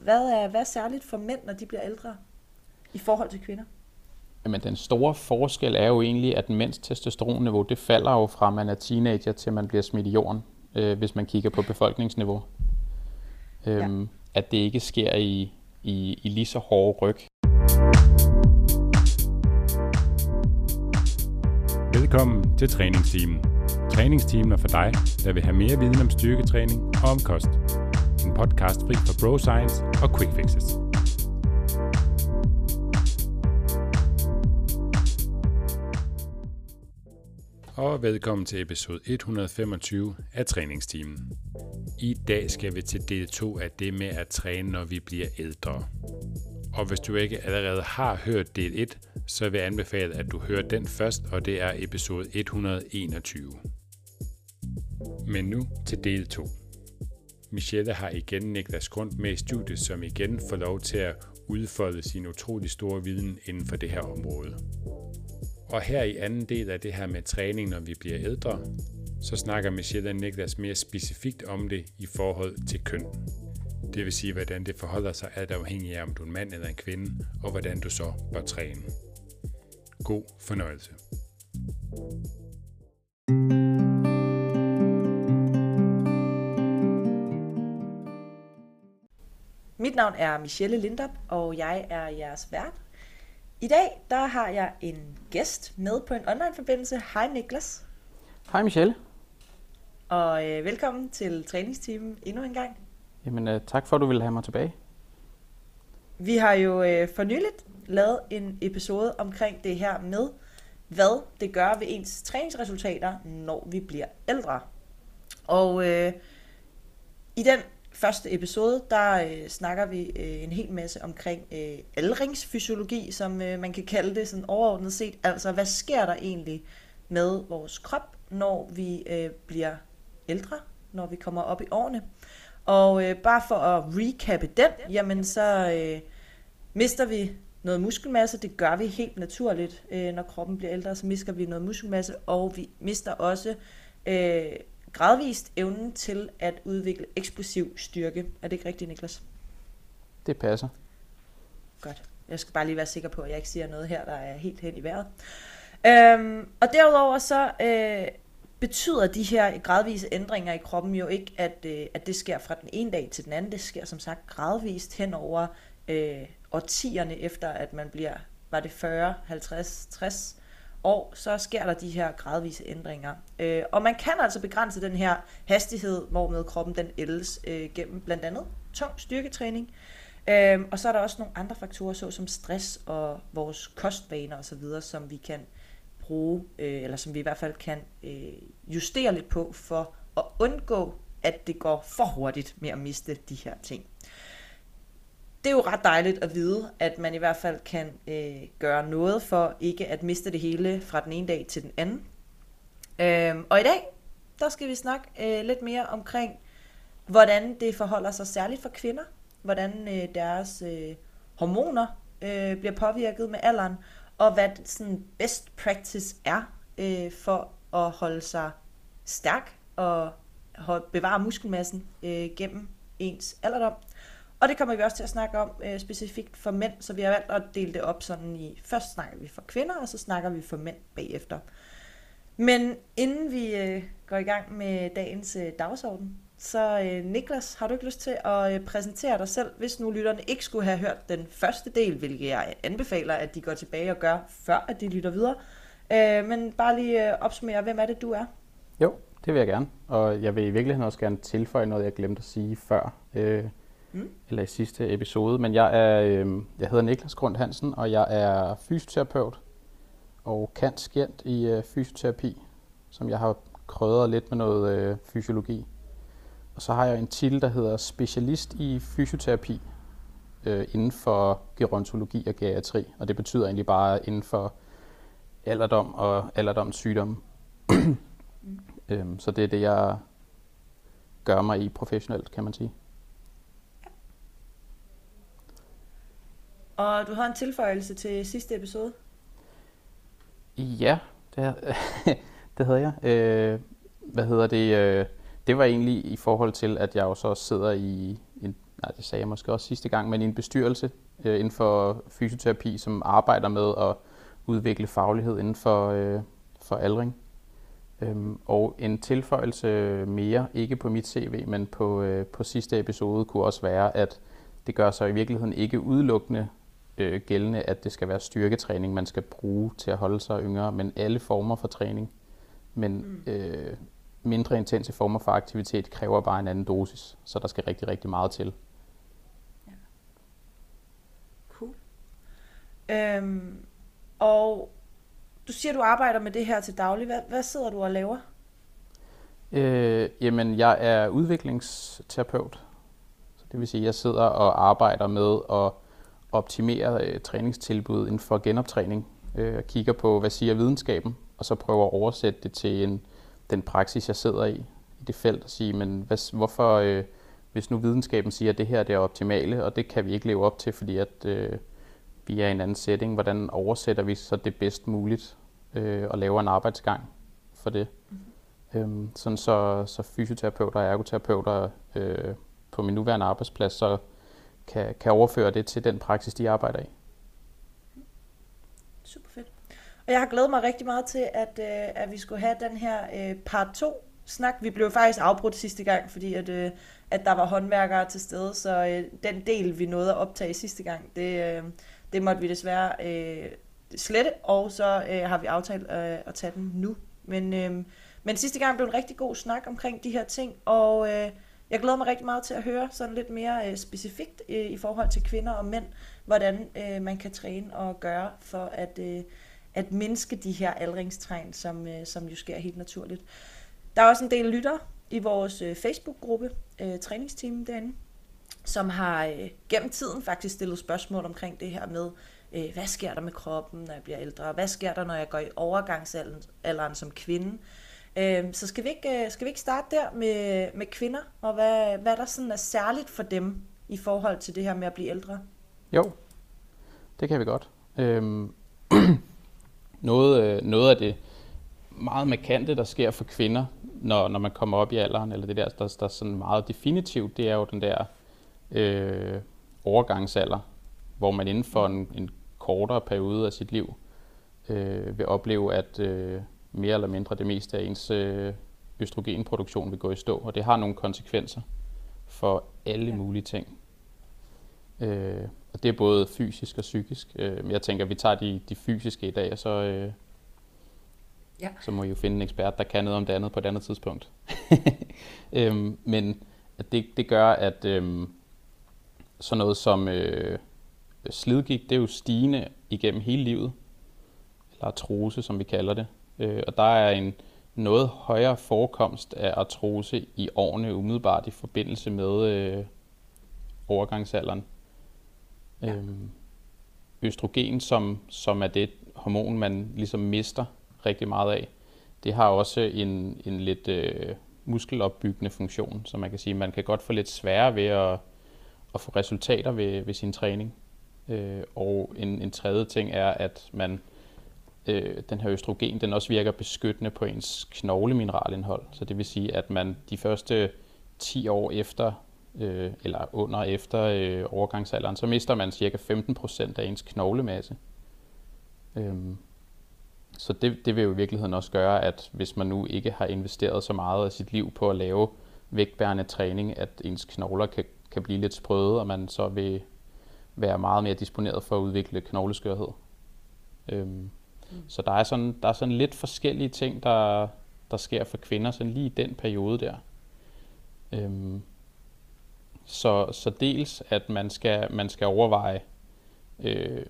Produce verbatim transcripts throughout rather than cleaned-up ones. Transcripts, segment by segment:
hvad er, hvad er særligt for mænd, når de bliver ældre, i forhold til kvinder? Jamen, den store forskel er jo egentlig, at mænds testosteronniveau, det falder jo fra man er teenager til man bliver smidt i jorden, øh, hvis man kigger på befolkningsniveau. Øhm, ja. At det ikke sker i, i, i lige så hårde ryg. Velkommen til Træningsteamen. Træningsteamen er for dig, der vil have mere viden om styrketræning og om kost. En podcast fri for bro science og quick fixes. Og velkommen til episode et hundrede og femogtyve af Træningsteamen. I dag skal vi til del to af det med at træne, når vi bliver ældre. Og hvis du ikke allerede har hørt del et, så vil jeg anbefale, at du hører den først, og det er episode et hundrede og enogtyve. Men nu til del to. Michelle har igen Niklas Grund med i studiet, som igen får lov til at udfolde sin utrolig store viden inden for det her område. Og her i anden del af det her med træning, når vi bliver ældre, så snakker Michelle og Niklas mere specifikt om det i forhold til køn. Det vil sige, hvordan det forholder sig alt afhængig af, om du er en mand eller en kvinde, og hvordan du så bør træne. God fornøjelse. Mit navn er Michelle Lindop, og jeg er jeres vært. I dag der har jeg en gæst med på en online-forbindelse. Hej Niklas. Hej Michelle. Og øh, velkommen til Træningsteamen endnu en gang. Jamen øh, tak for, at du ville have mig tilbage. Vi har jo øh, for nyligt lavet en episode omkring det her med, hvad det gør ved ens træningsresultater, når vi bliver ældre. Og øh, i den første episode, der øh, snakker vi øh, en hel masse omkring øh, aldringsfysiologi, som øh, man kan kalde det sådan overordnet set. Altså, hvad sker der egentlig med vores krop, når vi øh, bliver ældre, når vi kommer op i årene? Og øh, bare for at recappe den, jamen så øh, mister vi noget muskelmasse. Det gør vi helt naturligt, øh, når kroppen bliver ældre, så mister vi noget muskelmasse, og vi mister også øh, gradvist evnen til at udvikle eksplosiv styrke. Er det ikke rigtigt, Niklas? Det passer. Godt. Jeg skal bare lige være sikker på, at jeg ikke siger noget her, der er helt hen i vejret. Øhm, og derudover så øh, betyder de her gradvise ændringer i kroppen jo ikke, at, øh, at det sker fra den ene dag til den anden. Det sker som sagt gradvist hen over øh, årtierne efter, at man bliver, var det fyrre, halvtreds, tres år, så sker der de her gradvise ændringer. Øh, og man kan altså begrænse den her hastighed, hvormed kroppen den ældes øh, gennem blandt andet tung styrketræning. Øh, og så er der også nogle andre faktorer, såsom stress og vores kostvaner osv., som vi kan bruge, øh, eller som vi i hvert fald kan øh, justere lidt på, for at undgå, at det går for hurtigt med at miste de her ting. Det er jo ret dejligt at vide, at man i hvert fald kan øh, gøre noget for ikke at miste det hele fra den ene dag til den anden. Øhm, og i dag, der skal vi snakke øh, lidt mere omkring, hvordan det forholder sig særligt for kvinder, hvordan øh, deres øh, hormoner øh, bliver påvirket med alderen, og hvad sådan best practice er øh, for at holde sig stærk og hold, bevare muskelmassen øh, gennem ens alderdom. Og det kommer vi også til at snakke om øh, specifikt for mænd, så vi har valgt at dele det op sådan i, først snakker vi for kvinder, og så snakker vi for mænd bagefter. Men inden vi øh, går i gang med dagens øh, dagsorden, så øh, Niklas, har du ikke lyst til at øh, præsentere dig selv, hvis nu lytterne ikke skulle have hørt den første del, hvilket jeg anbefaler, at de går tilbage og gør, før at de lytter videre. Øh, men bare lige øh, opsummere, hvem er det, du er? Jo, det vil jeg gerne, og jeg vil i virkeligheden også gerne tilføje noget, jeg glemte at sige før. Øh, Mm. eller i sidste episode, men jeg er øh, jeg hedder Niklas Grund Hansen, og jeg er fysioterapeut og cand.scient i øh, fysioterapi, som jeg har krydret lidt med noget øh, fysiologi. Og så har jeg en titel, der hedder specialist i fysioterapi øh, inden for gerontologi og geriatri, og det betyder egentlig bare inden for alderdom og alderdoms sygdomme. mm. øhm, så det er det, jeg gør mig i professionelt, kan man sige. Og du har en tilføjelse til sidste episode? Ja, det, det havde jeg. Øh, hvad hedder det? Øh, det var egentlig i forhold til, at jeg jo så sidder i en, nej, det sagde jeg måske også sidste gang, men i en bestyrelse øh, inden for fysioterapi, som arbejder med at udvikle faglighed inden for, øh, for aldring. Øhm, og en tilføjelse mere, ikke på mit C V, men på, øh, på sidste episode, kunne også være, at det gør sig i virkeligheden ikke udelukkende øh, gældende, at det skal være styrketræning, man skal bruge til at holde sig yngre, men alle former for træning. Men øh, mindre intense former for aktivitet kræver bare en anden dosis, så der skal rigtig, rigtig meget til. Ja. Cool. Øhm, og du siger, du arbejder med det her til daglig. Hvad, hvad sidder du og laver? Øh, jamen, jeg er udviklingsterapeut. Så det vil sige, at jeg sidder og arbejder med at optimere øh, træningstilbud inden for genoptræning. Øh, og kigger på, hvad siger videnskaben, og så prøver at oversætte det til en, den praksis, jeg sidder i, i det felt, og sige, men hvad, hvorfor, øh, hvis nu videnskaben siger, at det her det er optimale, og det kan vi ikke leve op til, fordi at øh, vi er i en anden setting, hvordan oversætter vi så det bedst muligt øh, og laver en arbejdsgang for det. Mm-hmm. Øhm, sådan så, så fysioterapeuter og ergoterapeuter øh, på min nuværende arbejdsplads så kan, kan overføre det til den praksis, de arbejder i. Super fedt. Og jeg har glædet mig rigtig meget til, at, øh, at vi skulle have den her øh, part to snak. Vi blev faktisk afbrudt sidste gang, fordi at, øh, at der var håndværkere til stede, så øh, den del, vi nåede at optage sidste gang, det, øh, det måtte vi desværre øh, slette, og så øh, har vi aftalt øh, at tage den nu. Men, øh, men sidste gang blev en rigtig god snak omkring de her ting, og øh, jeg glæder mig rigtig meget til at høre sådan lidt mere øh, specifikt øh, i forhold til kvinder og mænd, hvordan øh, man kan træne og gøre for at, øh, at mindske de her aldringstegn, som, øh, som jo sker helt naturligt. Der er også en del lyttere i vores øh, Facebook-gruppe, øh, træningsteam derinde, som har øh, gennem tiden faktisk stillet spørgsmål omkring det her med, øh, hvad sker der med kroppen, når jeg bliver ældre? Hvad sker der, når jeg går i overgangsalderen som kvinde? Øh, så skal vi, ikke, øh, skal vi ikke starte der med, med kvinder, og hvad, hvad der sådan er særligt for dem i forhold til det her med at blive ældre? Jo, det kan vi godt. Øhm, noget, noget af det meget markante, der sker for kvinder, når, når man kommer op i alderen, eller det der, der, der er sådan meget definitivt, det er jo den der øh, overgangsalder, hvor man inden for en, en kortere periode af sit liv øh, vil opleve, at øh, mere eller mindre det meste af ens øh, østrogenproduktion vil gå i stå, og det har nogle konsekvenser for alle mulige ting. Øh, og det er både fysisk og psykisk. Øh, jeg tænker, at vi tager de, de fysiske i dag, og så, øh, ja. så må I jo finde en ekspert, der kan noget om det andet på et andet tidspunkt. øh, men det, det gør, at øh, sådan noget som øh, slidgigt, det er jo stigende igennem hele livet, eller artrose, som vi kalder det. Øh, og der er en noget højere forekomst af artrose i årene umiddelbart i forbindelse med øh, overgangsalderen. Ja. Øhm, østrogen, som, som er det hormon, man ligesom mister rigtig meget af, det har også en, en lidt øh, muskelopbyggende funktion, så man kan sige, man kan godt få lidt sværere ved at, at få resultater ved, ved sin træning. Øh, og en, en tredje ting er, at man øh, den her østrogen, den også virker beskyttende på ens knoglemineralinhold. Så det vil sige, at man de første ti år efter Øh, eller under efter øh, overgangsalderen, så mister man cirka femten procent af ens knoglemasse. Øhm, så det, det vil jo i virkeligheden også gøre, at hvis man nu ikke har investeret så meget af sit liv på at lave vægtbærende træning, at ens knogler kan, kan blive lidt sprøde, og man så vil være meget mere disponeret for at udvikle knogleskørhed. Øhm, mm. Så der er, sådan, der er sådan lidt forskellige ting, der, der sker for kvinder, sådan lige i den periode der. Øhm, Så, så dels, at man skal, man skal overveje, øh,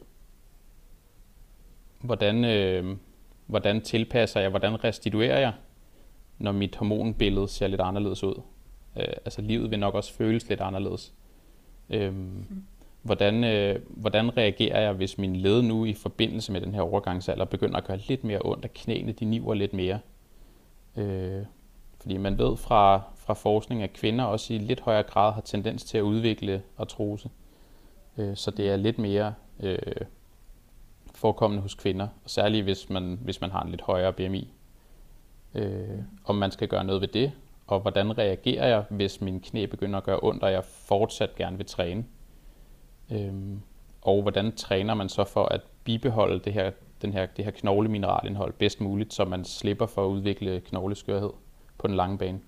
hvordan, øh, hvordan tilpasser jeg, hvordan restituerer jeg, når mit hormonbillede ser lidt anderledes ud. Øh, altså livet vil nok også føles lidt anderledes. Øh, mm. hvordan, øh, hvordan reagerer jeg, hvis min led nu i forbindelse med den her overgangsalder begynder at gøre lidt mere ondt, og knæene de niver lidt mere. Øh, Fordi man ved fra, fra forskning, at kvinder også i lidt højere grad har tendens til at udvikle artrose. Øh, så det er lidt mere øh, forekommende hos kvinder, og særligt hvis man, hvis man har en lidt højere B M I. Øh, om man skal gøre noget ved det, og hvordan reagerer jeg, hvis min knæ begynder at gøre ondt, og jeg fortsat gerne vil træne. Øhm, og hvordan træner man så for at bibeholde det her, den her, det her knoglemineralindhold bedst muligt, så man slipper for at udvikle knogleskørhed på den lange bane.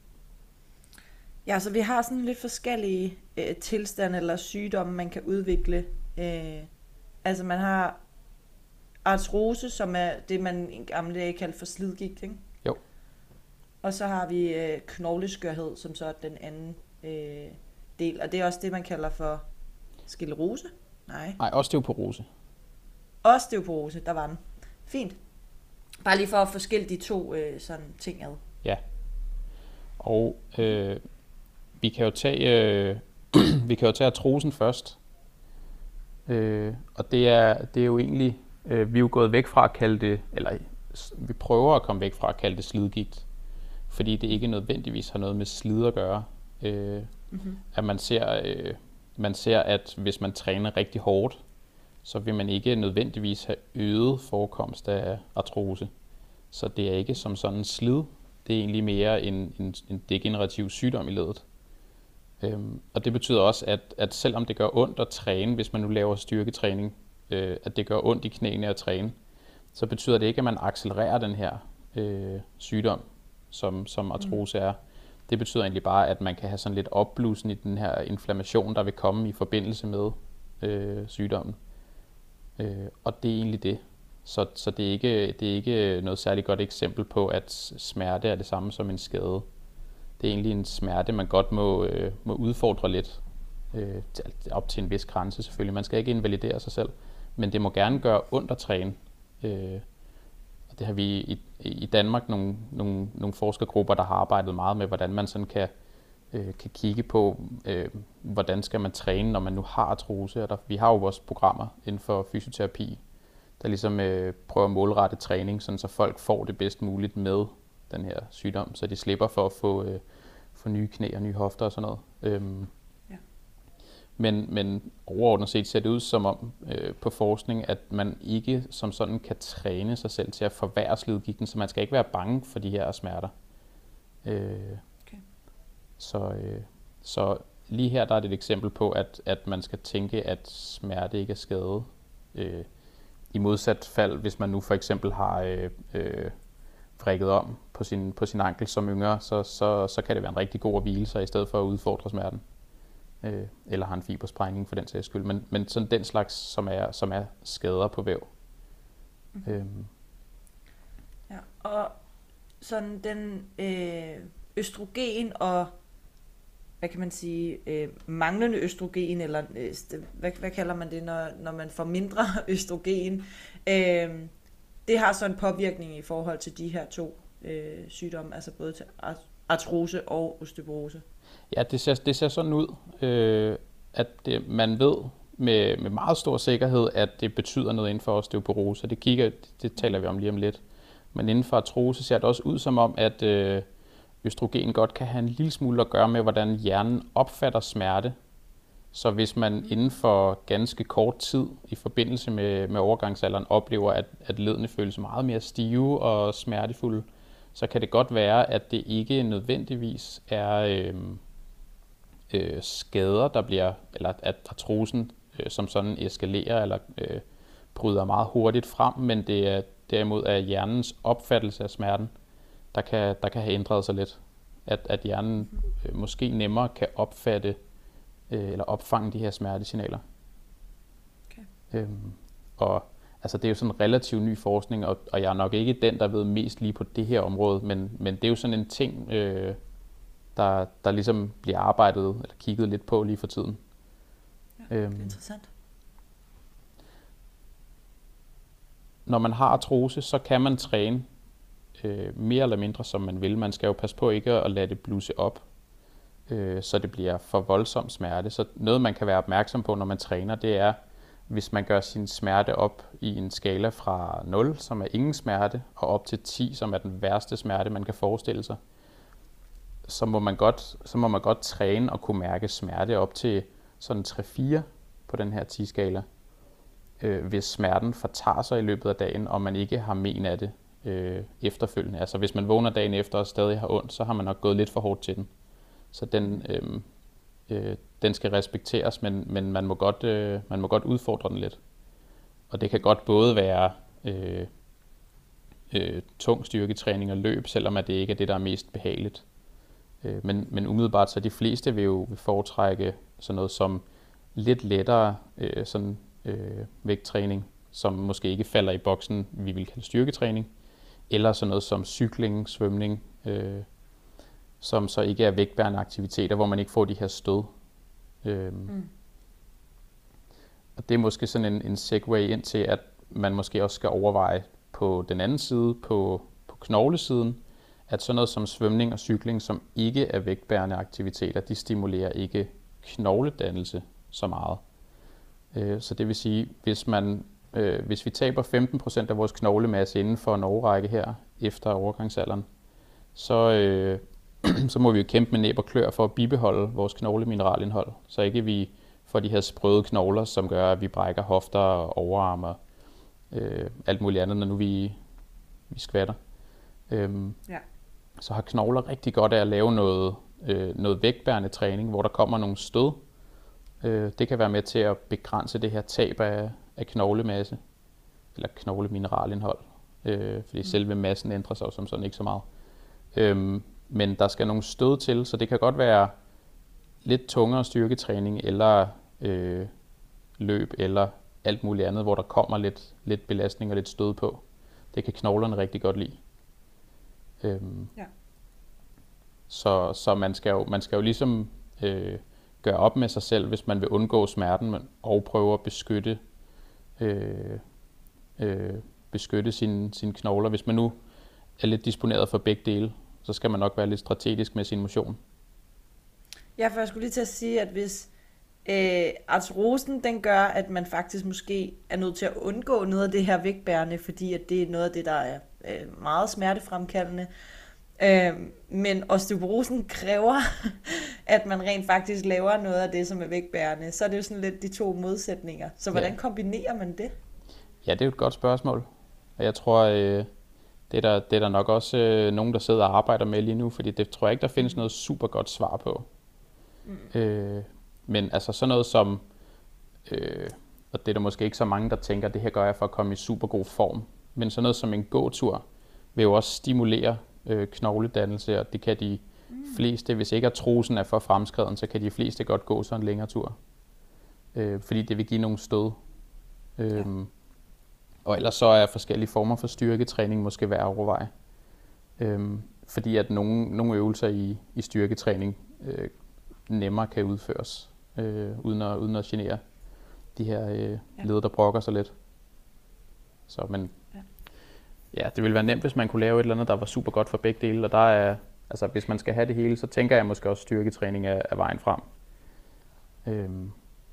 Ja, så vi har sådan lidt forskellige øh, tilstande eller sygdomme, man kan udvikle. Øh, altså man har artrose, som er det, man i gamle dage kaldte for slidgigt, ikke? Jo. Og så har vi øh, knogleskørhed, som så er den anden øh, del. Og det er også det, man kalder for sklerose? Nej. Nej, osteoporose. Osteoporose, der var den. Fint. Bare lige for at forskille de to øh, sådan ting ad. Ja. Og øh, vi kan jo tage øh, vi kan jo tage artrosen først. Øh, og det er det er jo egentlig øh, vi er jo gået væk fra at kalde det, eller vi prøver at komme væk fra at kalde det slidgigt, fordi det ikke nødvendigvis har noget med slid at gøre. Øh, mm-hmm. At man ser øh, man ser at hvis man træner rigtig hårdt, så vil man ikke nødvendigvis have øget forekomst af artrose. Så det er ikke som sådan en slid. Det er egentlig mere en, en, en degenerativ sygdom i ledet. Øhm, og det betyder også, at, at selvom det gør ondt at træne, hvis man nu laver styrketræning, øh, at det gør ondt i knæene at træne, så betyder det ikke, at man accelererer den her øh, sygdom, som, som artrose er. Det betyder egentlig bare, at man kan have sådan lidt opblussen i den her inflammation, der vil komme i forbindelse med øh, sygdommen. Øh, og det er egentlig det. Så, så det, er ikke, det er ikke noget særligt godt eksempel på, at smerte er det samme som en skade. Det er egentlig en smerte, man godt må, øh, må udfordre lidt. Øh, op til en vis grænse selvfølgelig. Man skal ikke invalidere sig selv, men det må gerne gøre ondt at træne. Øh, og det har vi i, i Danmark nogle, nogle, nogle forskergrupper, der har arbejdet meget med, hvordan man sådan kan, øh, kan kigge på, øh, hvordan skal man træne, når man nu har artrose. Og der, vi har jo vores programmer inden for fysioterapi, der ligesom øh, prøver at målrette træning, sådan så folk får det bedst muligt med den her sygdom, så de slipper for at få, øh, få nye knæ og nye hofter og sådan noget. Øhm, ja. men, men overordnet set ser det ud som om øh, på forskning, at man ikke som sådan kan træne sig selv til at forværre slidgigten, så man skal ikke være bange for de her smerter. Øh, okay. så, øh, så lige her der er det et eksempel på, at, at man skal tænke, at smerte ikke er skade. Øh, I modsat fald, hvis man nu for eksempel har øh, øh, vrikket om på sin, på sin ankel som yngre, så, så, så kan det være en rigtig god at hvile sig, i stedet for at udfordre smerten. Øh, eller har en fibersprængning for den sags skyld. Men, men sådan den slags, som er, som er skader på væv. Mm. Øhm. Ja, og sådan den øh, østrogen og hvad kan man sige, øh, manglende østrogen, eller øh, hvad, hvad kalder man det, når, når man får mindre østrogen, øh, det har så en påvirkning i forhold til de her to øh, sygdomme, altså både til artrose og osteoporose. Ja, det ser, det ser sådan ud, øh, at det, man ved med, med meget stor sikkerhed, at det betyder noget inden for osteoporose. Det, kigger, det, det taler vi om lige om lidt. Men inden for artrose ser det også ud som om, at øh, østrogen godt kan have en lille smule at gøre med, hvordan hjernen opfatter smerte. Så hvis man inden for ganske kort tid i forbindelse med, med overgangsalderen oplever, at, at ledene føles meget mere stive og smertefulde, så kan det godt være, at det ikke nødvendigvis er øh, øh, skader, der bliver, eller at artrosen øh, som sådan eskalerer eller øh, bryder meget hurtigt frem, men det er derimod er hjernens opfattelse af smerten, der kan, der kan have ændret sig lidt. At, at hjernen øh, måske nemmere kan opfatte øh, eller opfange de her smertesignaler. Okay. Øhm, og altså, det er jo sådan relativt ny forskning, og, og jeg er nok ikke den, der ved mest lige på det her område, men, men det er jo sådan en ting, øh, der, der ligesom bliver arbejdet eller kigget lidt på lige for tiden. Ja, øhm, det er interessant. Når man har artrose, så kan man træne øh, mere eller mindre, som man vil. Man skal jo passe på ikke at lade det blusse op, øh, så det bliver for voldsom smerte. Så noget, man kan være opmærksom på, når man træner, det er, hvis man gør sin smerte op i en skala fra nul, som er ingen smerte, og op til ti, som er den værste smerte, man kan forestille sig, så må man godt, så må man godt træne og kunne mærke smerte op til sådan tre fire på den her ti-skala. Øh, hvis smerten fortager sig i løbet af dagen, og man ikke har men af det, øh, efterfølgende. Altså hvis man vågner dagen efter og stadig har ondt, så har man nok gået lidt for hårdt til den. Så den, øh, øh, den skal respekteres, men, men man, må godt, øh, man må godt udfordre den lidt. Og det kan godt både være øh, øh, tung styrketræning og løb, selvom at det ikke er det, der er mest behageligt. Øh, men, men umiddelbart så de fleste vil jo foretrække sådan noget som lidt lettere øh, sådan, øh, vægttræning, som måske ikke falder i boksen, vi vil kalde styrketræning, eller sådan noget som cykling, svømning, øh, som så ikke er vægtbærende aktiviteter, hvor man ikke får de her stød. Øh, mm. Og det er måske sådan en, en segue ind til, at man måske også skal overveje på den anden side, på, på knoglesiden, at sådan noget som svømning og cykling, som ikke er vægtbærende aktiviteter, de stimulerer ikke knogledannelse så meget. Øh, så det vil sige, hvis man øh, hvis vi taber femten procent af vores knoglemasse inden for en årrække her, efter overgangsalderen, så, øh, så må vi jo kæmpe med næb og klør for at bibeholde vores knoglemineralindhold, så ikke vi får de her sprøde knogler, som gør, at vi brækker hofter og overarme og øh, alt muligt andet, når nu vi, vi skvatter. Øhm, ja. Så har knogler rigtig godt af at lave noget, øh, noget vægtbærende træning, hvor der kommer nogle stød. Øh, det kan være med til at begrænse det her tab af, af knoglemasse, eller knoglemineralindhold, øh, fordi mm. selve massen ændrer sig som sådan ikke så meget. Øhm, men der skal nogle stød til, så det kan godt være lidt tungere styrketræning, eller øh, løb, eller alt muligt andet, hvor der kommer lidt, lidt belastning og lidt stød på. Det kan knoglerne rigtig godt lide. Øhm, ja. Så, så man, skal jo, man skal jo ligesom øh, gøre op med sig selv, hvis man vil undgå smerten, men, og prøve at beskytte, øh, øh, beskytte sine, sine knogler. Hvis man nu er lidt disponeret for begge dele, så skal man nok være lidt strategisk med sin motion. Ja, for jeg skulle lige til at sige, at hvis øh, artrosen, den gør, at man faktisk måske er nødt til at undgå noget af det her vægtbærende, fordi at det er noget af det, der er øh, meget smertefremkaldende. Øh, men osteoporosen kræver, at man rent faktisk laver noget af det, som er vægtbærende. Så er det jo sådan lidt de to modsætninger. Så hvordan ja. kombinerer man det? Ja, det er jo et godt spørgsmål. Og jeg tror, øh, det, er der, det er der nok også øh, nogen, der sidder og arbejder med lige nu, fordi det tror jeg ikke, der findes noget super godt svar på. Mm. Øh, men altså sådan noget som, øh, og det er der måske ikke så mange, der tænker, det her gør jeg for at komme i super god form, men sådan noget som en gåtur vil jo også stimulere øh, knogledannelse, og det kan de mm. fleste, hvis ikke artrosen er for fremskreden, så kan de fleste godt gå sådan en længere tur, øh, fordi det vil give nogle stød. Øh, ja. Og ellers så er forskellige former for styrketræning måske værd at overveje, øh, fordi at nogle, nogle øvelser i, i styrketræning øh, nemmere kan udføres, øh, uden, at, uden at genere de her øh, ja. led, der brokker sig lidt. Så, men ja. ja, det ville være nemt, hvis man kunne lave et eller andet, der var super godt for begge dele, og der er, altså hvis man skal have det hele, så tænker jeg måske også styrketræning er, er vejen frem. Øhm.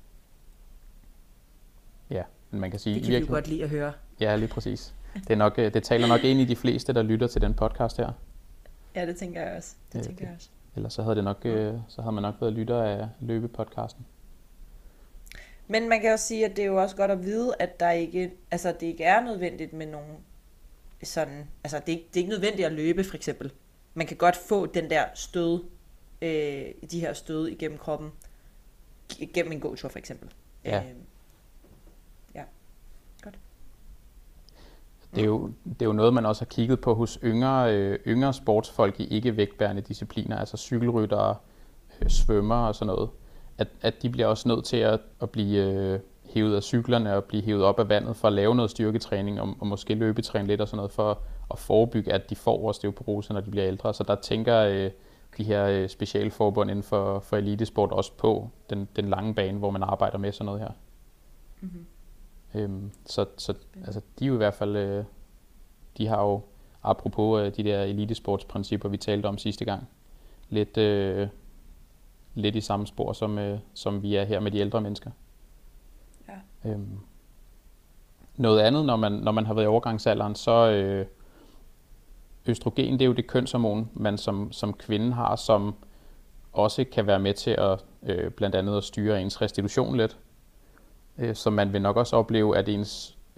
Ja, men man kan sige... Det kan virkelig, vi godt lide at høre. Ja, lige præcis. Det, er nok, det taler nok ind i de fleste, der lytter til den podcast her. Ja, det tænker jeg også. Det ja, tænker jeg også. Ellers så havde, det nok, øh, så havde man nok været lytter af løbepodcasten. Men man kan også sige, at det er jo også godt at vide, at der ikke, altså det ikke er nødvendigt med nogen sådan, altså det er, ikke, det er ikke nødvendigt at løbe for eksempel. Man kan godt få den der stød, øh, de her stød igennem kroppen, gennem en gåtur for eksempel. Ja. Øh, ja, godt. Det er, jo, det er jo noget, man også har kigget på hos yngre, øh, yngre sportsfolk i ikke-vægtbærende discipliner, altså cykelryttere, øh, svømmere og sådan noget, at, at de bliver også nødt til at, at blive øh, hævet af cyklerne og blive hævet op af vandet for at lave noget styrketræning og, og måske løbetræne lidt og sådan noget for at forebygge, at de får osteoporose, når de bliver ældre. Så der tænker øh, de her øh, specialforbund inden for, for elitesport også på den, den lange bane, hvor man arbejder med sådan noget her. Mm-hmm. Øhm, så så altså, de er jo i hvert fald, øh, de har jo, apropos øh, de der elitesportsprincipper, vi talte om sidste gang, lidt, øh, lidt i samme spor, som, øh, som vi er her med de ældre mennesker. Ja. Øhm, noget andet, når man, når man har været i overgangsalderen, så øh, østrogen, det er jo det kønshormon, man som, som kvinde har, som også kan være med til at øh, blandt andet at styre ens restitution lidt. Så man vil nok også opleve, at ens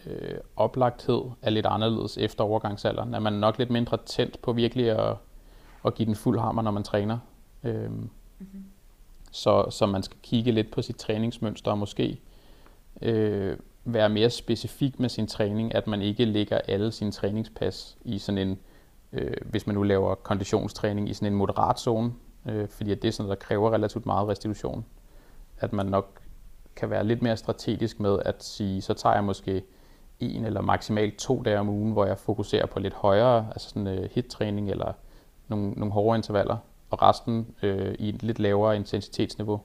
øh, oplagthed er lidt anderledes efter overgangsalderen. At man er nok lidt mindre tændt på virkelig at, at give den fuld hammer, når man træner. Øhm, mm-hmm. så, så man skal kigge lidt på sit træningsmønster og måske øh, være mere specifik med sin træning, at man ikke lægger alle sine træningspas i sådan en, øh, hvis man nu laver konditionstræning i sådan en moderat zone, øh, fordi at det er sådan, der kræver relativt meget restitution. At man nok kan være lidt mere strategisk med at sige, så tager jeg måske en eller maksimalt to dage om ugen, hvor jeg fokuserer på lidt højere, altså sådan uh, hit-træning eller nogle, nogle hårdere intervaller, og resten øh, i et lidt lavere intensitetsniveau.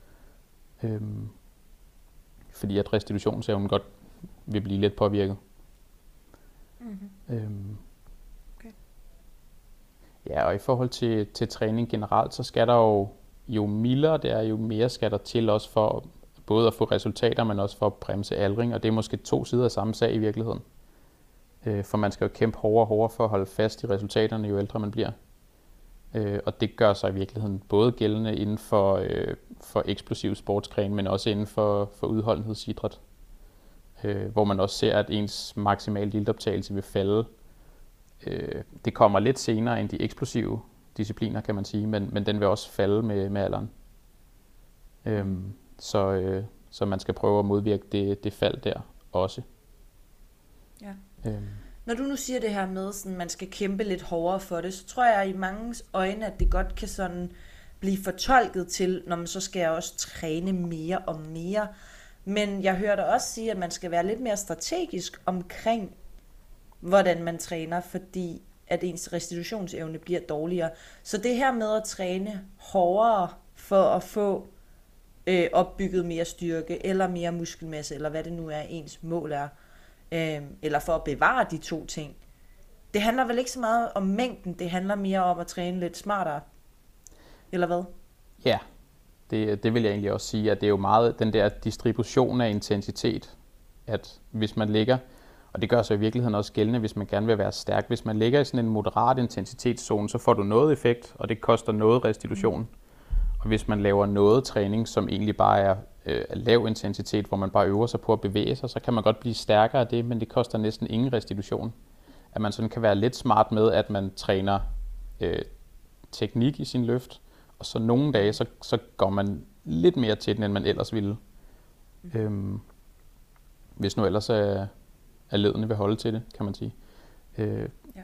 Øhm, fordi at restitutionsevnen godt vil blive lidt påvirket. Mm-hmm. Øhm, okay. Ja, og i forhold til, til træning generelt, så skal der jo, jo mildere det er, jo mere skal der til også for både at få resultater, men også for at bremse aldring, og det er måske to sider af samme sag i virkeligheden. Øh, for man skal jo kæmpe hårdere og hårdere for at holde fast i resultaterne, jo ældre man bliver. Øh, og det gør sig i virkeligheden både gældende inden for, øh, for eksplosiv sportsgren, men også inden for, for udholdenhedsidræt. Øh, hvor man også ser, at ens maksimale iltoptagelse vil falde. Øh, det kommer lidt senere end de eksplosive discipliner, kan man sige, men, men den vil også falde med, med alderen. Øh, så, øh, så man skal prøve at modvirke det, det fald der også. Ja. Øh. Når du nu siger det her med, at man skal kæmpe lidt hårdere for det, så tror jeg i manges øjne, at det godt kan sådan blive fortolket til, når man så skal jeg også træne mere og mere. Men jeg hører dig også sige, at man skal være lidt mere strategisk omkring, hvordan man træner, fordi at ens restitutionsevne bliver dårligere. Så det her med at træne hårdere for at få øh, opbygget mere styrke, eller mere muskelmasse, eller hvad det nu er, ens mål er, øh, eller for at bevare de to ting, det handler vel ikke så meget om mængden, det handler mere om at træne lidt smartere, eller hvad? Ja, det, det vil jeg egentlig også sige, at det er jo meget den der distribution af intensitet, at hvis man ligger, og det gør sig i virkeligheden også gældende, hvis man gerne vil være stærk, hvis man ligger i sådan en moderat intensitetszone, så får du noget effekt, og det koster noget restitution. Mm. Og hvis man laver noget træning, som egentlig bare er øh, lav intensitet, hvor man bare øver sig på at bevæge sig, så kan man godt blive stærkere af det, men det koster næsten ingen restitution. At man sådan kan være lidt smart med, at man træner øh, teknik i sin løft, og så nogle dage, så, så går man lidt mere til den, end man ellers ville. Mm. Øhm, hvis nu ellers er, er ledende vil holde til det, kan man sige. Øh, ja.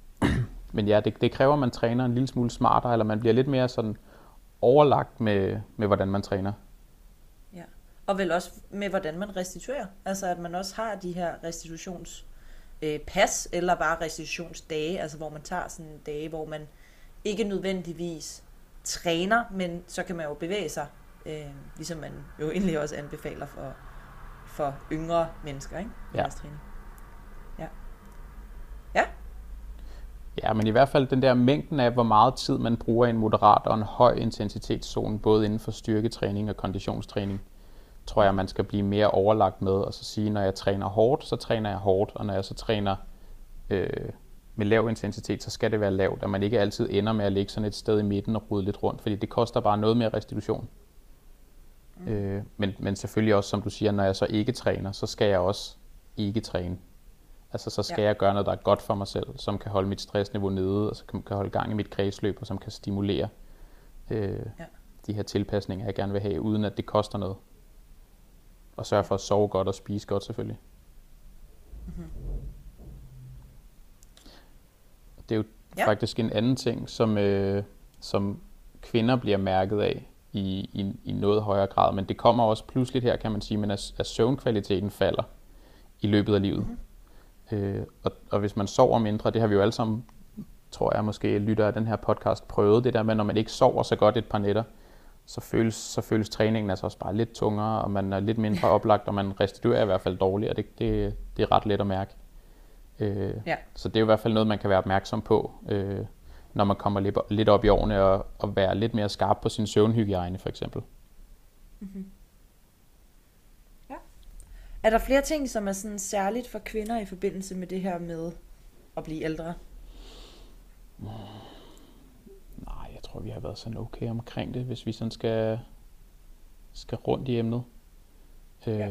Men ja, det, det kræver, at man træner en lille smule smartere, eller man bliver lidt mere sådan overlagt med, med hvordan man træner. Ja, og vel også med, hvordan man restituerer. Altså, at man også har de her restitutionspas, øh, pas, eller bare restitutionsdage, altså hvor man tager sådan en dage, hvor man ikke nødvendigvis træner, men så kan man jo bevæge sig, øh, ligesom man jo egentlig også anbefaler for, for yngre mennesker, ikke? Ja. Ja. Ja. Ja, men i hvert fald den der mængden af, hvor meget tid man bruger i en moderat og en høj intensitetszone, både inden for styrketræning og konditionstræning, tror jeg, man skal blive mere overlagt med, og så sige, når jeg træner hårdt, så træner jeg hårdt, og når jeg så træner øh, med lav intensitet, så skal det være lavt, og man ikke altid ender med at ligge sådan et sted i midten og rode lidt rundt, fordi det koster bare noget mere restitution. Mm. Øh, men, men selvfølgelig også, som du siger, når jeg så ikke træner, så skal jeg også ikke træne. Altså så skal ja. jeg gøre noget, der er godt for mig selv, som kan holde mit stressniveau nede, og som kan holde gang i mit kredsløb, og som kan stimulere øh, ja. de her tilpasninger, jeg gerne vil have, uden at det koster noget. Og sørge for at sove godt og spise godt selvfølgelig. Mm-hmm. Det er jo ja. faktisk en anden ting, som, øh, som kvinder bliver mærket af i, i, i noget højere grad, men det kommer også pludseligt her, kan man sige, men at, at søvnkvaliteten falder i løbet af livet. Mm-hmm. Øh, og, og hvis man sover mindre, det har vi jo alle sammen, tror jeg måske lytter af den her podcast, prøvet det der med, når man ikke sover så godt et par nætter, så føles, så føles træningen altså også bare lidt tungere, og man er lidt mindre oplagt, og man restituerer i hvert fald dårligt, og det, det, det er ret let at mærke. Øh, ja. Så det er i hvert fald noget, man kan være opmærksom på, øh, når man kommer lidt, lidt op i årene, og, og være lidt mere skarp på sin søvnhygiejne for eksempel. Mm-hmm. Ja. Er der flere ting, som er sådan særligt for kvinder i forbindelse med det her med at blive ældre? Mm. Nej, jeg tror, vi har været sådan okay omkring det, hvis vi sådan skal, skal rundt i emnet. Ja. Øh.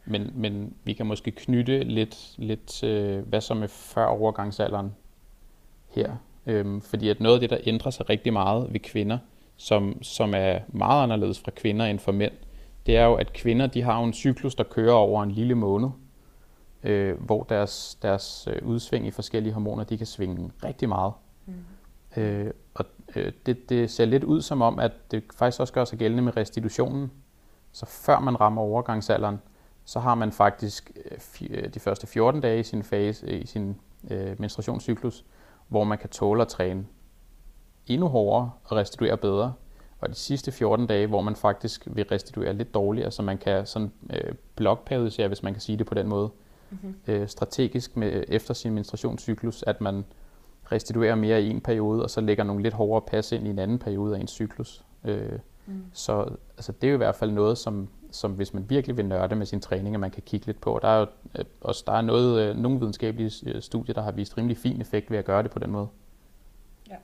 Men, men vi kan måske knytte lidt, lidt til, hvad som er før overgangsalderen her. Øhm, fordi at noget af det, der ændrer sig rigtig meget ved kvinder, som, som er meget anderledes fra kvinder end for mænd, det er jo, at kvinder de har jo en cyklus, der kører over en lille måned, øh, hvor deres, deres udsving i forskellige hormoner, de kan svinge rigtig meget. Mm. Øh, og øh, det, det ser lidt ud som om, at det faktisk også gør sig gældende med restitutionen. Så før man rammer overgangsalderen, så har man faktisk øh, de første fjorten dage i sin fase, i sin øh, menstruationscyklus, hvor man kan tåle at træne endnu hårdere og restituere bedre. Og de sidste fjorten dage, hvor man faktisk vil restituere lidt dårligere, så man kan sådan øh, blokperiodisere, hvis man kan sige det på den måde, mm-hmm. øh, strategisk med, efter sin menstruationscyklus, at man restituerer mere i en periode, og så lægger nogle lidt hårdere pas ind i en anden periode af ens cyklus. Øh, mm. Så altså, det er jo i hvert fald noget, som, som hvis man virkelig vil nørde med sin træning, at man kan kigge lidt på. Der er jo øh, også der er noget, øh, nogle videnskabelige studier, der har vist rimelig fin effekt ved at gøre det på den måde. Ja,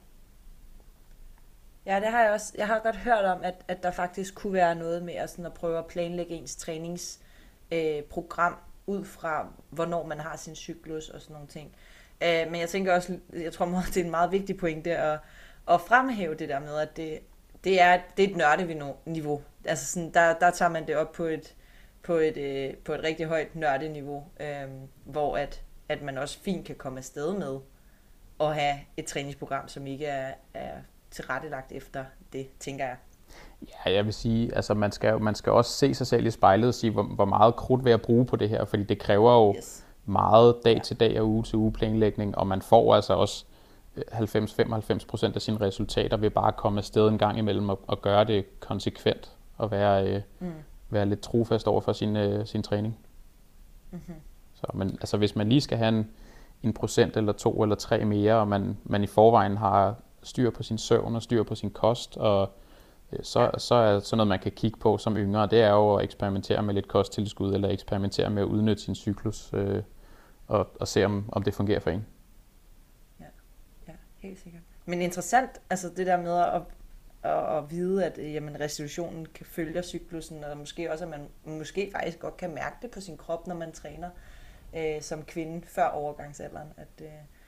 ja det har jeg også. Jeg har godt hørt om, at, at der faktisk kunne være noget med at, sådan at prøve at planlægge ens træningsprogram øh, ud fra, hvornår man har sin cyklus og sådan nogle ting. Uh, men jeg tænker også, jeg tror meget, det er en meget vigtig pointe at, at fremhæve det der med, at det, det, er, det er et nørdeniveau. Altså sådan, der, der tager man det op på et, på et, uh, på et rigtig højt nørdeniveau, uh, hvor at, at man også fint kan komme afsted med at have et træningsprogram, som ikke er, er tilrettelagt efter det, tænker jeg. Ja, jeg vil sige, altså man skal, man skal også se sig selv i spejlet og sige, hvor, hvor meget krudt vil jeg bruge på det her, fordi det kræver jo yes. meget dag til dag og uge til uge planlægning, og man får altså også halvfems til femoghalvfems procent af sine resultater ved bare at komme afsted en gang imellem og, og gøre det konsekvent og være, øh, mm. være lidt trofast over for sin, øh, sin træning. Mm-hmm. Så, men altså, hvis man lige skal have en, en procent eller to eller tre mere, og man, man i forvejen har styr på sin søvn og styr på sin kost, og øh, så, ja. så er sådan noget, man kan kigge på som yngre, det er jo at eksperimentere med lidt kosttilskud, eller eksperimentere med at udnytte sin cyklus, øh, og, og se, om, om det fungerer for en. Ja, ja, helt sikkert. Men interessant, altså det der med at, at, at vide, at jamen, restitutionen kan følge cyklusen, og måske også, at man måske faktisk godt kan mærke det på sin krop, når man træner øh, som kvinde før overgangsalderen, at, øh,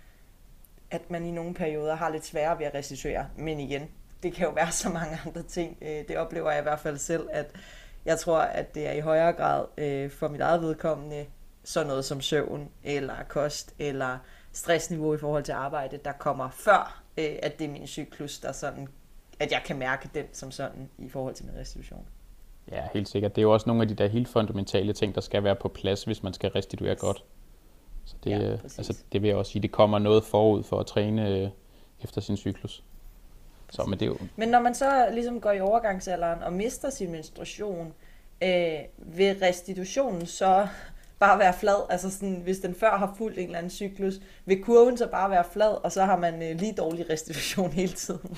at man i nogle perioder har lidt sværere ved at restituere. Men igen, det kan jo være så mange andre ting. Øh, det oplever jeg i hvert fald selv, at jeg tror, at det er i højere grad øh, for mit eget vedkommende sådan noget som søvn, eller kost, eller stressniveau i forhold til arbejde, der kommer før, øh, at det er min cyklus, der sådan, at jeg kan mærke den som sådan i forhold til min restitution. Ja, helt sikkert. Det er jo også nogle af de der helt fundamentale ting, der skal være på plads, hvis man skal restituere godt. Så det, ja, altså, det vil jeg også sige, det kommer noget forud for at træne øh, efter sin cyklus. Så, men, det er jo... men når man så ligesom går i overgangsalderen og mister sin menstruation, øh, vil restitutionen så bare være flad? Altså sådan, hvis den før har fulgt en eller anden cyklus, vil kurven så bare være flad, og så har man øh, lige dårlig restitution hele tiden?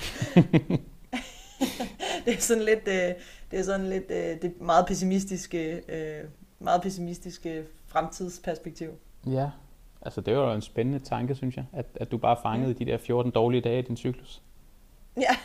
Det er sådan lidt, øh, det er sådan lidt øh, det meget pessimistiske, øh, meget pessimistiske fremtidsperspektiv. Ja, altså det var jo en spændende tanke, synes jeg, at, at du bare fangede mm. de der fjorten dårlige dage i din cyklus. Ja.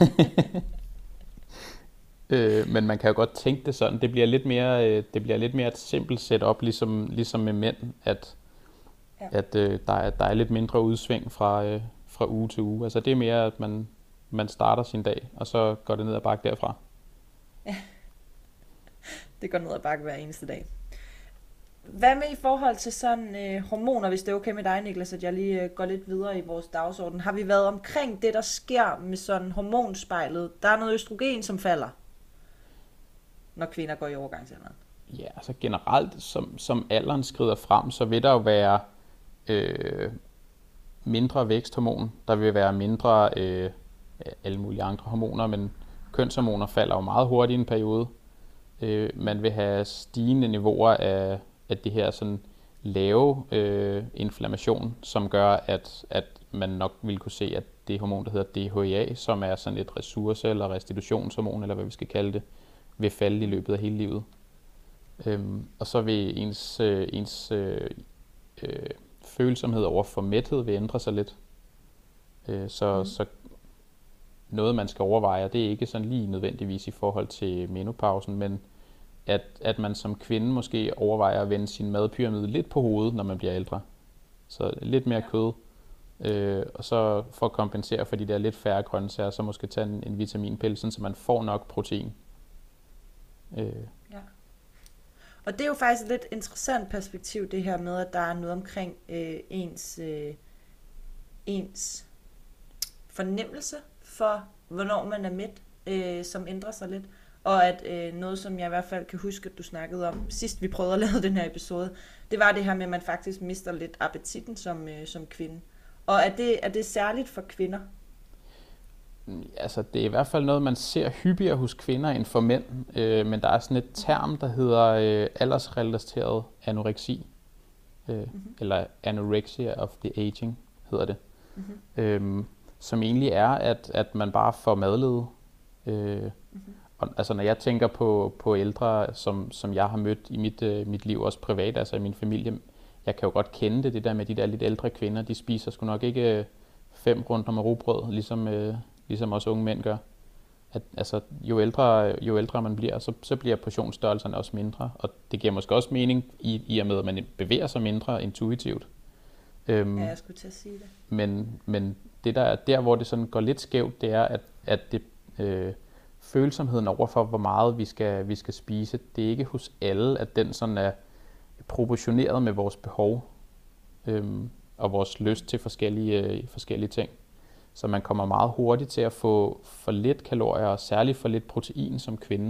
øh, men man kan jo godt tænke det sådan. Det bliver lidt mere, øh, det bliver lidt mere et simpelt setup, ligesom, ligesom med mænd, at, ja. at øh, der, er, der er lidt mindre udsving fra, øh, fra uge til uge. Altså det er mere, at man, man starter sin dag, og så går det ned ad bakke derfra. Ja. Det går ned ad bakke hver eneste dag. Hvad med i forhold til sådan øh, hormoner, hvis det er okay med dig, Niklas, at jeg lige øh, går lidt videre i vores dagsorden. Har vi været omkring det, der sker med sådan hormonspejlet? Der er noget østrogen, som falder, når kvinder går i overgangsalderen. Ja, altså generelt, som, som alderen skrider frem, så vil der jo være øh, mindre væksthormon. Der vil være mindre øh, alle mulige andre hormoner, men kønshormoner falder jo meget hurtigt i en periode. Øh, man vil have stigende niveauer af at det her sådan lave øh, inflammation, som gør, at, at man nok vil kunne se, at det hormon, der hedder D H E A, som er sådan et ressource- eller restitutionshormon, eller hvad vi skal kalde det, vil falde i løbet af hele livet. Øhm, og så vil ens, øh, ens øh, øh, følsomhed over for mæthed vil ændre sig lidt. Øh, så, mm. så noget, man skal overveje, det er ikke sådan lige nødvendigvis i forhold til menopausen, men at, at man som kvinde måske overvejer at vende sin madpyramide lidt på hovedet, når man bliver ældre. Så lidt mere kød. Øh, og så for at kompensere for de der lidt færre grøntsager, så måske tage en, en vitaminpille, så man får nok protein. Øh. Ja. Og det er jo faktisk et lidt interessant perspektiv, det her med, at der er noget omkring øh, ens, øh, ens fornemmelse for, hvornår man er mæt, øh, som ændrer sig lidt. Og at øh, noget, som jeg i hvert fald kan huske, at du snakkede om sidst, vi prøvede at lave den her episode, det var det her med, at man faktisk mister lidt appetitten som, øh, som kvinde. Og er det, er det særligt for kvinder? Altså, det er i hvert fald noget, man ser hyppigere hos kvinder end for mænd. Øh, men der er sådan et term, der hedder øh, aldersrelateret anoreksi. Øh, mm-hmm. Eller anorexia of the aging, hedder det. Mm-hmm. Øh, som egentlig er, at, at man bare får madlede. Øh, mm-hmm. Og, altså, når jeg tænker på, på ældre, som, som jeg har mødt i mit, øh, mit liv, også privat, altså i min familie, jeg kan jo godt kende det, det der med de der lidt ældre kvinder, de spiser sgu nok ikke øh, fem rundt om rugbrød, ligesom, øh, ligesom også unge mænd gør. At, altså, jo ældre, jo ældre man bliver, så, så bliver portionsstørrelserne også mindre, og det giver måske også mening i, i og med, at man bevæger sig mindre intuitivt. Øhm, ja, jeg skulle til at sige det. Men, men det der, der, hvor det sådan går lidt skævt, det er, at, at det, øh, følsomheden over for, hvor meget vi skal, vi skal spise, det er ikke hos alle, at den sådan er proportioneret med vores behov øhm, og vores lyst til forskellige, øh, forskellige ting. Så man kommer meget hurtigt til at få for lidt kalorier, og særligt for lidt protein som kvinde.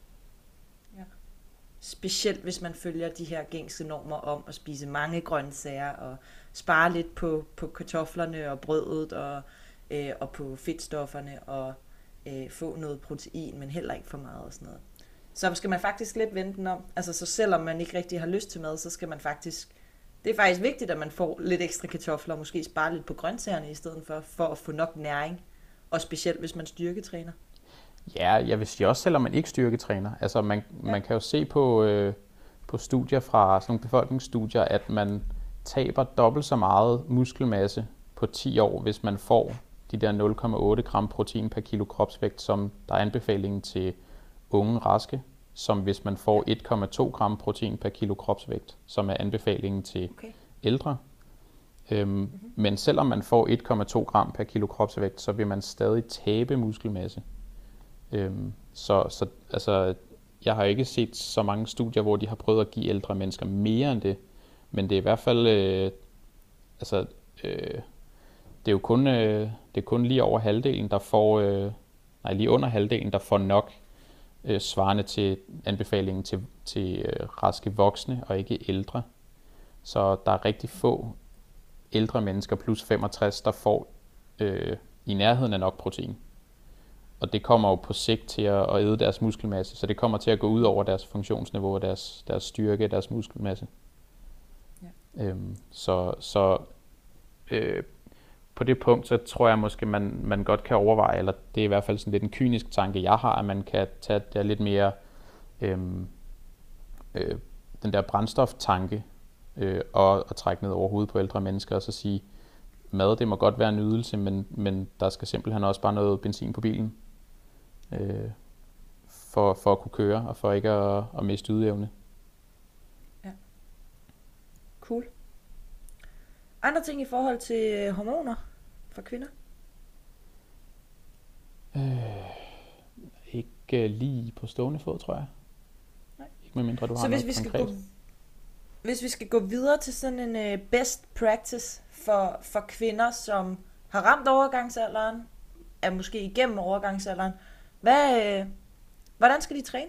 Ja. Specielt hvis man følger de her gængse normer om at spise mange grøntsager og spare lidt på, på kartoflerne og brødet og, øh, og på fedtstofferne og øh, få noget protein, men heller ikke for meget og sådan noget. Så skal man faktisk lidt vende den om. Altså så selvom man ikke rigtig har lyst til mad, så skal man faktisk... Det er faktisk vigtigt, at man får lidt ekstra kartofler, og måske spare lidt på grøntsagerne i stedet for, for at få nok næring. Og specielt hvis man styrketræner. Ja, jeg vil sige også, selvom man ikke styrketræner. Altså man, ja. man kan jo se på, øh, på studier fra sådan nogle befolkningsstudier, at man taber dobbelt så meget muskelmasse på ti år, hvis man får de der nul komma otte gram protein per kilo kropsvægt, som der er anbefalingen til unge raske, som hvis man får et komma to gram protein per kilo kropsvægt, som er anbefalingen til okay. ældre. Øhm, mm-hmm. Men selvom man får et komma to gram per kilo kropsvægt, så vil man stadig tabe muskelmasse. Øhm, så så altså, jeg har ikke set så mange studier, hvor de har prøvet at give ældre mennesker mere end det, men det er i hvert fald, øh, altså, øh, det er jo kun, øh, det er kun lige over halvdelen, der får, øh, nej, lige under halvdelen, der får nok øh, svarende til anbefalingen til, til øh, raske voksne og ikke ældre. Så der er rigtig få ældre mennesker plus femogtres, der får øh, i nærheden af nok protein. Og det kommer jo på sigt til at, at æde deres muskelmasse, så det kommer til at gå ud over deres funktionsniveau, deres, deres styrke, deres muskelmasse. Ja. Øhm, så så øh, på det punkt, så tror jeg måske, man, man godt kan overveje, eller det er i hvert fald sådan lidt en kynisk tanke, jeg har, at man kan tage der lidt mere øh, øh, den der brændstoftanke øh, og, og trække ned over hovedet på ældre mennesker, og så sige, mad, det må godt være en nydelse, men, men der skal simpelthen også bare noget benzin på bilen, øh, for, for at kunne køre, og for ikke at, at miste ydeevne. Ja. Cool. Andre ting i forhold til hormoner for kvinder? Øh, ikke lige på stående fod, tror jeg. Nej. Ikke med mindre du Så har hvis noget vi skal konkret. gå, hvis vi skal gå videre til sådan en uh, best practice for, for kvinder, som har ramt overgangsalderen, er måske igennem overgangsalderen, hvad, uh, hvordan skal de træne?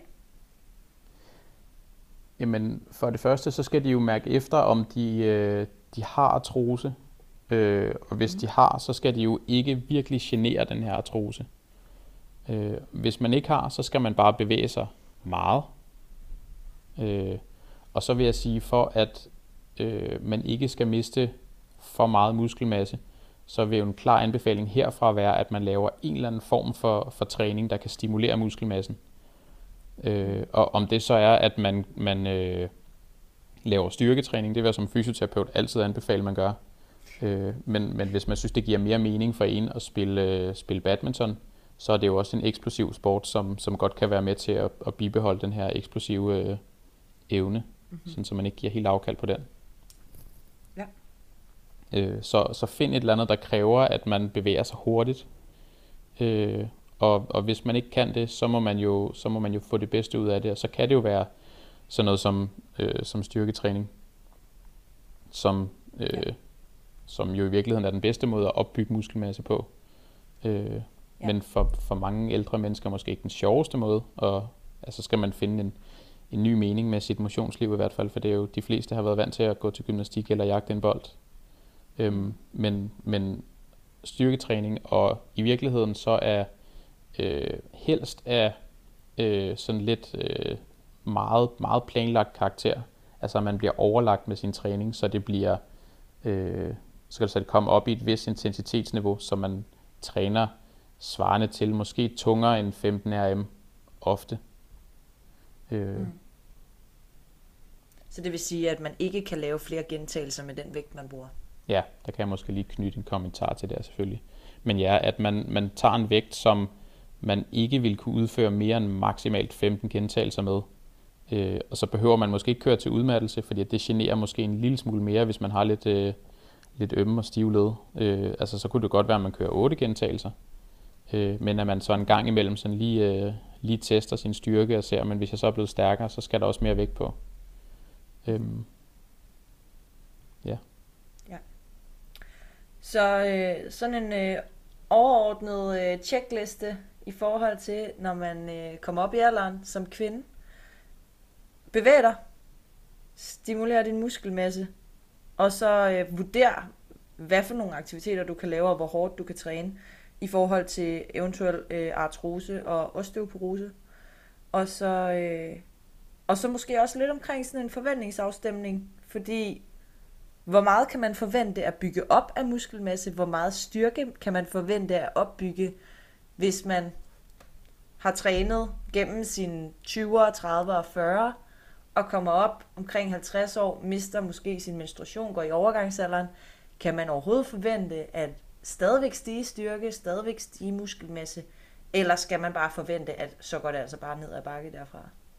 Jamen, for det første, så skal de jo mærke efter, om de, øh, de har artrose. Øh, og hvis mm. de har, så skal de jo ikke virkelig genere den her artrose. Øh, hvis man ikke har, så skal man bare bevæge sig meget. Øh, og så vil jeg sige, for at øh, man ikke skal miste for meget muskelmasse, så vil jo en klar anbefaling herfra være, at man laver en eller anden form for, for træning, der kan stimulere muskelmassen. Øh, og om det så er, at man, man øh, laver styrketræning, det vil jeg som fysioterapeut altid anbefale, man gør. Øh, men, men hvis man synes, det giver mere mening for en at spille, øh, spille badminton, så er det jo også en eksplosiv sport, som, som godt kan være med til at, at bibeholde den her eksplosive øh, evne, mm-hmm. sådan så man ikke giver helt afkald på den. Ja. Øh, så, så find et eller andet, der kræver, at man bevæger sig hurtigt. Øh, og, og hvis man ikke kan det, så må man jo, så må man jo få det bedste ud af det. Og så kan det jo være sådan noget som, øh, som styrketræning, som, øh, ja. som jo i virkeligheden er den bedste måde at opbygge muskelmasse på. Øh, ja. Men for, for mange ældre mennesker måske ikke den sjoveste måde. Og altså skal man finde en, en ny mening med sit motionsliv i hvert fald, for det er jo de fleste har været vant til at gå til gymnastik eller jagte en bold. Øhm, men, men styrketræning, og i virkeligheden så er øh, helst af øh, sådan lidt øh, meget, meget planlagt karakter. Altså man bliver overlagt med sin træning, så det bliver øh, så det komme op i et vis intensitetsniveau, så man træner svarende til måske tungere end femten R M ofte. Øh. Mm. Så det vil sige, at man ikke kan lave flere gentagelser med den vægt, man bruger? Ja, der kan jeg måske lige knytte en kommentar til det selvfølgelig. Men ja, at man, man tager en vægt, som man ikke vil kunne udføre mere end maksimalt femten gentagelser med. Øh, og så behøver man måske ikke køre til udmattelse, fordi det generer måske en lille smule mere, hvis man har lidt, øh, lidt ømme og stive led. Øh, altså så kunne det godt være, at man kører otte gentagelser. Øh, men at man så en gang imellem sådan lige, øh, lige tester sin styrke og ser, men hvis jeg så er blevet stærkere, så skal der også mere vægt på. Øh, ja. Så øh, sådan en øh, overordnet øh, checkliste i forhold til, når man øh, kommer op i alderen som kvinde. Bevæg dig. Stimuler din muskelmasse. Og så øh, vurder, hvad for nogle aktiviteter du kan lave, og hvor hårdt du kan træne i forhold til eventuel øh, artrose og osteoporose. Og så, øh, og så måske også lidt omkring sådan en forventningsafstemning, fordi hvor meget kan man forvente at bygge op af muskelmasse? Hvor meget styrke kan man forvente at opbygge, hvis man har trænet gennem sine tyverne, trediverne og fyrrerne, og kommer op omkring halvtreds år, mister måske sin menstruation, går i overgangsalderen? Kan man overhovedet forvente at stadigvæk stige styrke, stadigvæk stige muskelmasse? Eller skal man bare forvente, at så går det altså bare ned ad bakke derfra?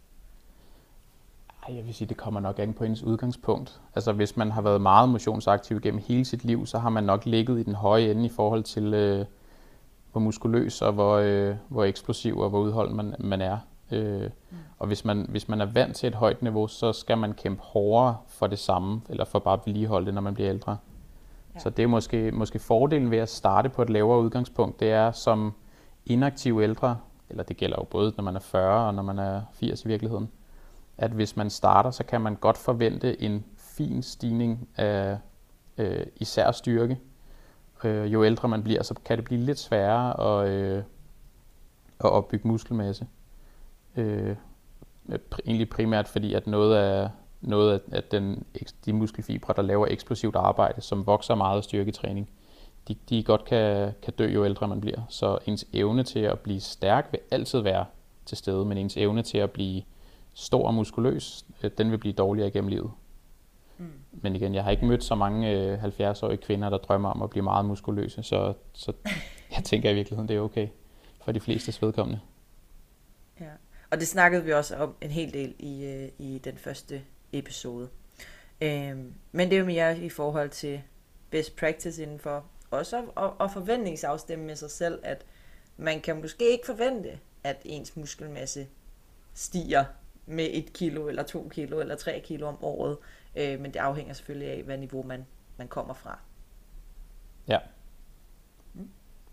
Jeg vil sige, det kommer nok an på ens udgangspunkt. Altså hvis man har været meget motionsaktiv gennem hele sit liv, så har man nok ligget i den høje ende i forhold til, øh, hvor muskuløs og hvor, øh, hvor eksplosiv og hvor udholden man, man er. Øh, mm. Og hvis man, hvis man er vant til et højt niveau, så skal man kæmpe hårdere for det samme, eller for bare at vedligeholde det, når man bliver ældre. Ja. Så det er måske, måske fordelen ved at starte på et lavere udgangspunkt, det er som inaktiv ældre, eller det gælder jo både når man er fyrre og når man er firs i virkeligheden, at hvis man starter, så kan man godt forvente en fin stigning af øh, især styrke. Øh, jo ældre man bliver, så kan det blive lidt sværere at, øh, at opbygge muskelmasse. Øh, egentlig primært fordi, at noget af, noget af, af den, de muskelfibre, der laver eksplosivt arbejde, som vokser meget af styrketræning, de, de godt kan, kan dø, jo ældre man bliver. Så ens evne til at blive stærk vil altid være til stede, men ens evne til at blive stor og muskuløs, den vil blive dårligere gennem livet. Mm. Men igen, jeg har ikke mødt så mange øh, halvfjerds-årige kvinder, der drømmer om at blive meget muskuløse, så, så jeg tænker i virkeligheden, det er okay for de flestes vedkommende. Ja, og det snakkede vi også om en hel del i, øh, i den første episode. Øhm, men det er jo mere i forhold til best practice indenfor, også at, at forventningsafstemme med sig selv, at man kan måske ikke forvente, at ens muskelmasse stiger med et kilo, eller to kilo, eller tre kilo om året. Øh, men det afhænger selvfølgelig af, hvad niveau man, man kommer fra. Ja. Mm.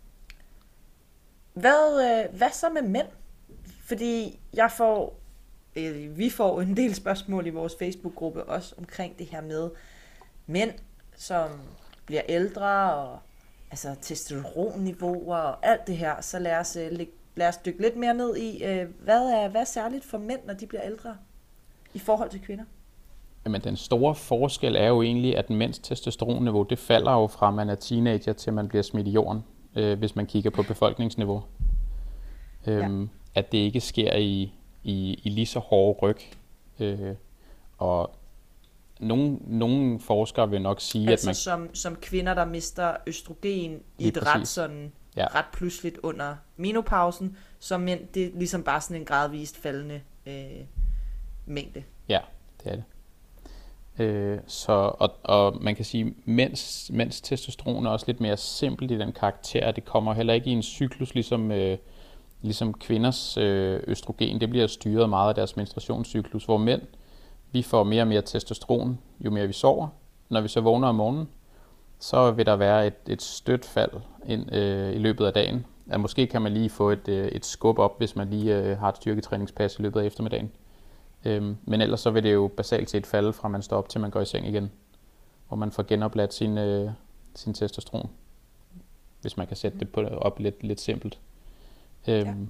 Hvad, øh, hvad så med mænd? Fordi jeg får, øh, vi får en del spørgsmål i vores Facebook-gruppe også omkring det her med mænd, som bliver ældre, og altså testosteronniveauer og alt det her. Så lad os øh, lægge Lad os dykke lidt mere ned i, øh, hvad, er, hvad er særligt for mænd, når de bliver ældre, i forhold til kvinder? Jamen, den store forskel er jo egentlig, at mænds testosteronniveau, det falder jo fra, man er teenager, til man bliver smidt i jorden, øh, hvis man kigger på befolkningsniveau. Øhm, ja. At det ikke sker i, i, i lige så hårde ryg. Øh, og nogle, nogle forskere vil nok sige, altså at man... som, som kvinder, der mister østrogen i et ret sådan ja. ret pludseligt under menopausen, så mænd, det er ligesom bare sådan en gradvist faldende øh, mængde. Ja, det er det. Øh, så, og, og man kan sige, mens, mens testosteron er også lidt mere simpelt i den karakter, det kommer heller ikke i en cyklus, ligesom, øh, ligesom kvinders øh, østrogen, det bliver styret meget af deres menstruationscyklus, hvor mænd, vi får mere og mere testosteron, jo mere vi sover. Når vi så vågner om morgenen, så vil der være et, et stødt fald ind, øh, i løbet af dagen. Ja, måske kan man lige få et, øh, et skub op, hvis man lige øh, har et styrketræningspas i løbet af eftermiddagen. Øhm, men ellers så vil det jo basalt set falde fra man står op til man går i seng igen, hvor man får genopladt sin, øh, sin testosteron, hvis man kan sætte det på, op lidt, lidt simpelt. Øhm, ja.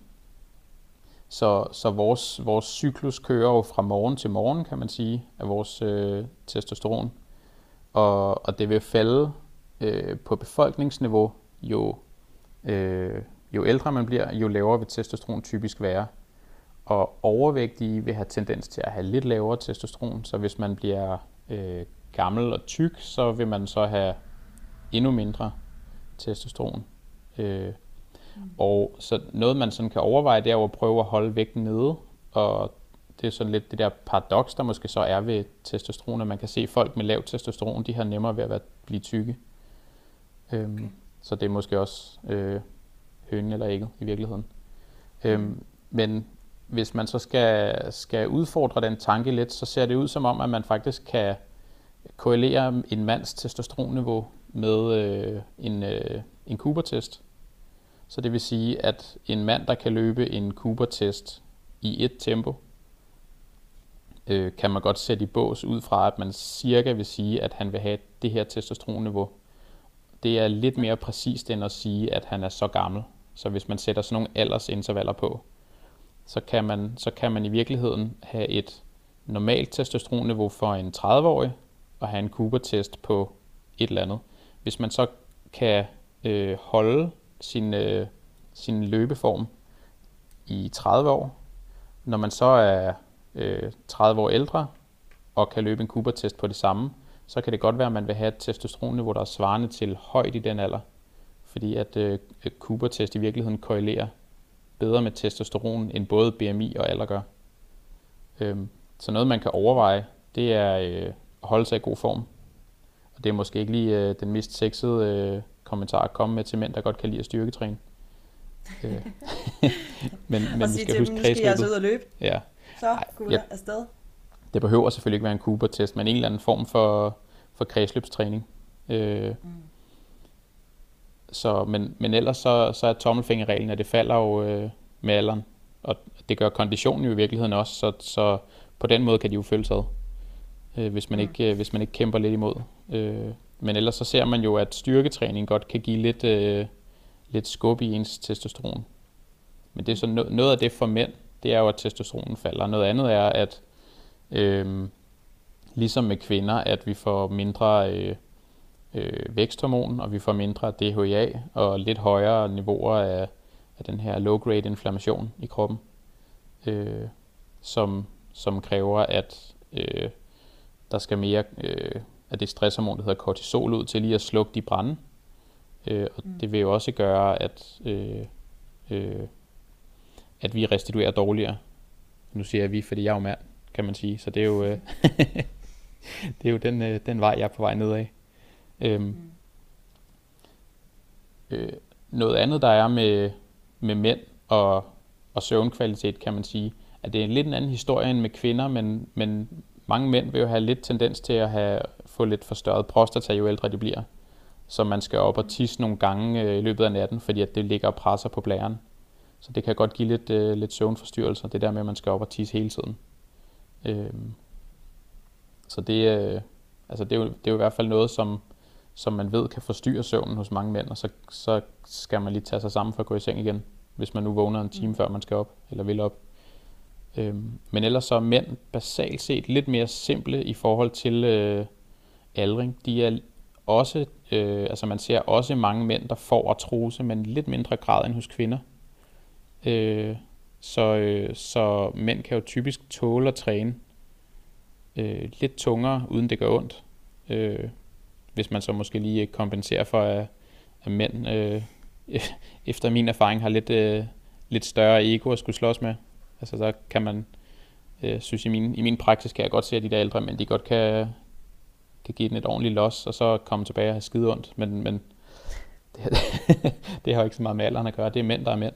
Så, så vores, vores cyklus kører jo fra morgen til morgen, kan man sige, af vores øh, testosteron, og, og det vil falde øh, på befolkningsniveau, jo, øh, jo ældre man bliver, jo lavere vil testosteron typisk være. Og overvægtige vil have tendens til at have lidt lavere testosteron, så hvis man bliver øh, gammel og tyk, så vil man så have endnu mindre testosteron. Øh, mm. Og så noget man sådan kan overveje, det er jo at prøve at holde vægten nede, og det er sådan lidt det der paradoks, der måske så er ved testosteron, at man kan se, at folk med lav testosteron, de har nemmere ved at være, blive tykke. Øhm, okay. Så det er måske også øh, hønen eller ægget i virkeligheden. Mm. Øhm, men hvis man så skal, skal udfordre den tanke lidt, så ser det ud som om, at man faktisk kan korrelere en mands testosteronniveau med øh, en, øh, en Cooper-test. Så det vil sige, at en mand, der kan løbe en Cooper-test i et tempo, øh, kan man godt sætte i bås ud fra, at man cirka vil sige, at han vil have det her testosteronniveau. Det er lidt mere præcist end at sige, at han er så gammel. Så hvis man sætter sådan nogle aldersintervaller på, så kan man, så kan man i virkeligheden have et normalt testosteronniveau for en tredive-årig, og have en Cooper-test på et eller andet. Hvis man så kan øh, holde sin, øh, sin løbeform i tredive år, når man så er øh, tredive år ældre, og kan løbe en Cooper-test på det samme, så kan det godt være, at man vil have et testosteronniveau, der er svarende til højt i den alder. Fordi at øh, Cooper-test i virkeligheden korrelerer bedre med testosteron, end både B M I og alder gør. Øhm, så noget, man kan overveje, det er øh, at holde sig i god form. Og det er måske ikke lige øh, den mest sexede øh, kommentar at komme med til mænd, der godt kan lide at styrketræne. øh. men men vi skal huske kredsløbet. Nu skal jeg altså ud og løbe. Ja. Så går vi afsted. Det behøver selvfølgelig ikke være en Cooper-test, men en eller anden form for, for kredsløbstræning. Øh, mm. Så, men, men ellers så, så er tommelfingerreglen, at det falder jo øh, med alderen. Og det gør konditionen jo i virkeligheden også, så, så på den måde kan de jo følges ad, øh, hvis, man mm. ikke, øh, hvis man ikke kæmper lidt imod. Øh, men ellers så ser man jo, at styrketræning godt kan give lidt, øh, lidt skub i ens testosteron. Men det er så no- noget af det for mænd, det er jo, at testosteronen falder. Noget andet er, at øh, ligesom med kvinder, at vi får mindre øh, øh, væksthormon, og vi får mindre D H E A, og lidt højere niveauer af, af den her low-grade inflammation i kroppen, øh, som, som kræver, at øh, der skal mere øh, af det stresshormon, der hedder kortisol, ud til lige at slukke de brænde. Øh, og mm. det vil jo også gøre, at, øh, øh, at vi restituerer dårligere. Nu siger jeg vi, fordi jeg er jo mand, kan man sige. Så det er jo, øh, det er jo den, øh, den vej, jeg er på vej nedad. Øhm, mm. øh, noget andet, der er med, med mænd og, og søvnkvalitet, kan man sige, at det er en lidt en anden historie end med kvinder, men, men mange mænd vil jo have lidt tendens til at have, få lidt forstørret prostata, jo ældre de bliver. Så man skal op og tisse nogle gange øh, i løbet af natten, fordi at det ligger og presser på blæren. Så det kan godt give lidt, øh, lidt søvnforstyrrelser, det der med, at man skal op og tisse hele tiden. Øhm, så det, øh, altså det, er jo, det er jo i hvert fald noget, som, som man ved kan forstyrre søvnen hos mange mænd, og så, så skal man lige tage sig sammen for at gå i seng igen, hvis man nu vågner en time, mm. før man skal op, eller vil op. Øhm, men ellers så er mænd basalt set lidt mere simple i forhold til øh, aldring. De er også, øh, altså man ser også mange mænd, der får artrose, men lidt mindre grad end hos kvinder. Øh, så, øh, så mænd kan jo typisk tåle at træne øh, lidt tungere, uden det gør ondt. Øh, hvis man så måske lige kompenserer for, at, at mænd øh, efter min erfaring har lidt, øh, lidt større ego at skulle slås med. Altså så kan man, øh, synes i min, i min praksis kan jeg godt se, at de der ældre mænd, de godt kan, kan give den et ordentligt los, og så komme tilbage og have skide ondt. Men, men det, det har jo ikke så meget med alderen at gøre. Det er mænd, der er mænd.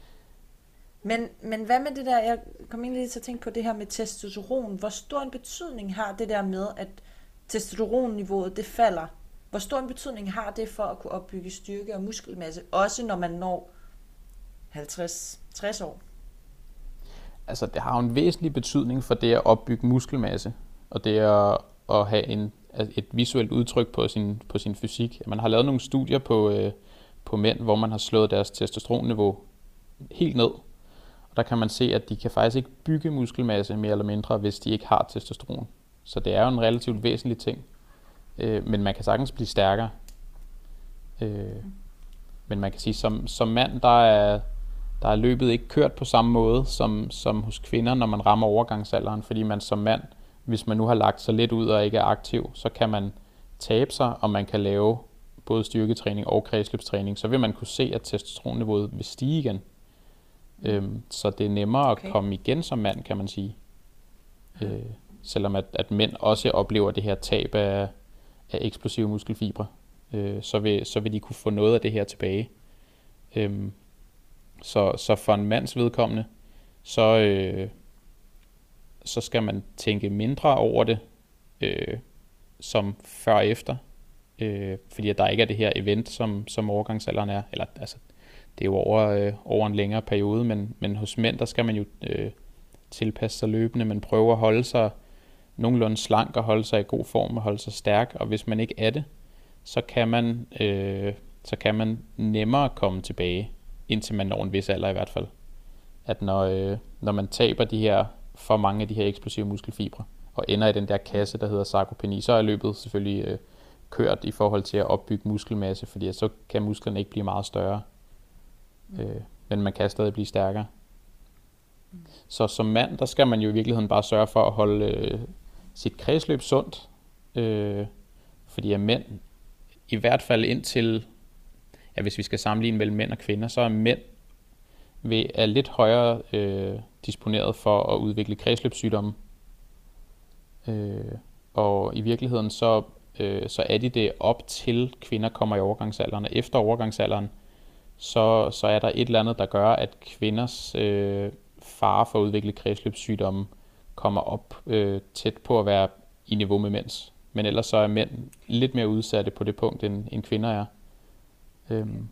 Men, men hvad med det der, jeg kom egentlig lige til at tænke på det her med testosteron. Hvor stor en betydning har det der med, at testosteronniveauet det falder? Hvor stor en betydning har det for at kunne opbygge styrke og muskelmasse, også når man når halvtreds til tres år? Altså det har jo en væsentlig betydning for det at opbygge muskelmasse, og det at, at have en, et visuelt udtryk på sin, på sin fysik. Man har lavet nogle studier på, øh, på mænd, hvor man har slået deres testosteronniveau helt ned. Og der kan man se, at de kan faktisk ikke bygge muskelmasse mere eller mindre, hvis de ikke har testosteron. Så det er jo en relativt væsentlig ting. Øh, men man kan sagtens blive stærkere. Øh, men man kan sige, som, som mand, der er, der er løbet ikke kørt på samme måde som, som hos kvinder, når man rammer overgangsalderen. Fordi man som mand, hvis man nu har lagt sig lidt ud og ikke er aktiv, så kan man tabe sig, og man kan lave både styrketræning og kredsløbstræning. Så vil man kunne se, at testosteronniveauet vil stige igen. Øhm, så det er nemmere okay. at komme igen som mand, kan man sige. Øh, selvom at, at mænd også oplever det her tab af, af eksplosive muskelfibre, øh, så, vil, så vil de kunne få noget af det her tilbage. Øhm, så, så for en mands vedkommende, så, øh, så skal man tænke mindre over det, øh, som før og efter. Øh, fordi at der ikke er det her event, som, som overgangsalderen er. Eller altså, det er jo over, øh, over en længere periode, men, men hos mænd, der skal man jo øh, tilpasse sig løbende, men prøve at holde sig nogenlunde slank og holde sig i god form og holde sig stærk, og hvis man ikke er det, så kan man, øh, så kan man nemmere komme tilbage, indtil man når en vis alder i hvert fald. At når, øh, når man taber de her, for mange af de her eksplosive muskelfibre, og ender i den der kasse, der hedder sarkopeni, så er løbet selvfølgelig øh, kørt i forhold til at opbygge muskelmasse, fordi så kan musklerne ikke blive meget større. Mm. Øh, men man kan stadig blive stærkere. Mm. Så som mand, der skal man jo i virkeligheden bare sørge for at holde øh, sit kredsløb sundt. Øh, fordi at mænd, i hvert fald indtil, ja, hvis vi skal sammenligne mellem mænd og kvinder, så er mænd ved, er lidt højere øh, disponeret for at udvikle kredsløbssygdomme. Øh, og i virkeligheden så, øh, så er de det op til kvinder kommer i overgangsalderen, og efter overgangsalderen, så, så er der et eller andet, der gør, at kvinders øh, fare for at udvikle kredsløbssygdomme kommer op øh, tæt på at være i niveau med mænds. Men ellers så er mænd lidt mere udsatte på det punkt, end, end kvinder er. Øhm.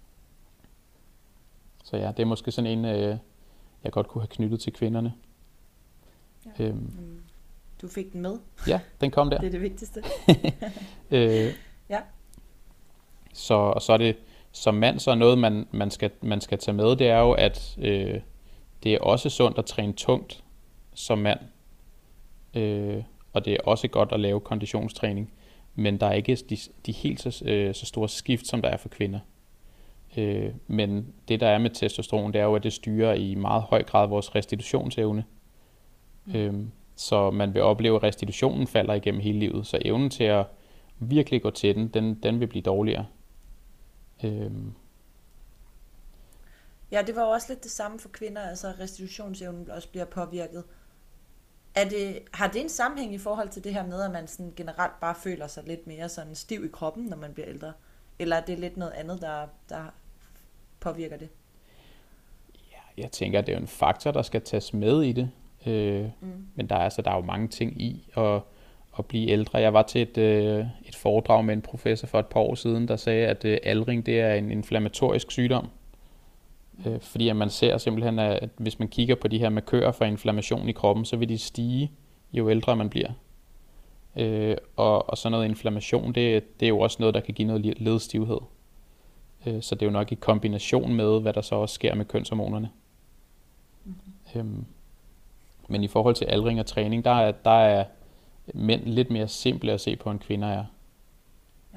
Så ja, det er måske sådan en, øh, jeg godt kunne have knyttet til kvinderne. Ja. Øhm. Du fik den med. Ja, den kom der. Det er det vigtigste. øh. Ja. Så, og så er det som mand, så er noget, man, man, skal, man skal tage med, det er jo, at øh, det er også sundt at træne tungt som mand. Øh, og det er også godt at lave konditionstræning. Men der er ikke de, de helt så, øh, så store skift, som der er for kvinder. Øh, men det, der er med testosteron, det er jo, at det styrer i meget høj grad vores restitutionsevne. Mm. Øh, så man vil opleve, at restitutionen falder igennem hele livet. Så evnen til at virkelig gå til den, den, den vil blive dårligere. Øhm. Ja, det var jo også lidt det samme for kvinder, altså restitutionsevnen også bliver påvirket. Er det, har det en sammenhæng i forhold til det her med, at man sådan generelt bare føler sig lidt mere sådan stiv i kroppen, når man bliver ældre? Eller er det lidt noget andet, der, der påvirker det? Ja, jeg tænker, at det er en faktor, der skal tages med i det. Øh, mm. Men der er, altså, der er jo mange ting i at, at blive ældre. Jeg var til et, øh, et foredrag med en professor for et par år siden, der sagde, at øh, aldring det er en inflammatorisk sygdom. Øh, fordi at man ser simpelthen, at hvis man kigger på de her markører for inflammation i kroppen, så vil de stige, jo ældre man bliver. Øh, og, og sådan noget inflammation, det, det er jo også noget, der kan give noget ledstivhed. Øh, så det er jo nok i kombination med, hvad der så også sker med kønshormonerne. Mm-hmm. Øhm, men i forhold til aldring og træning, der er, der er mænd lidt mere simple at se på, end kvinder er. Ja.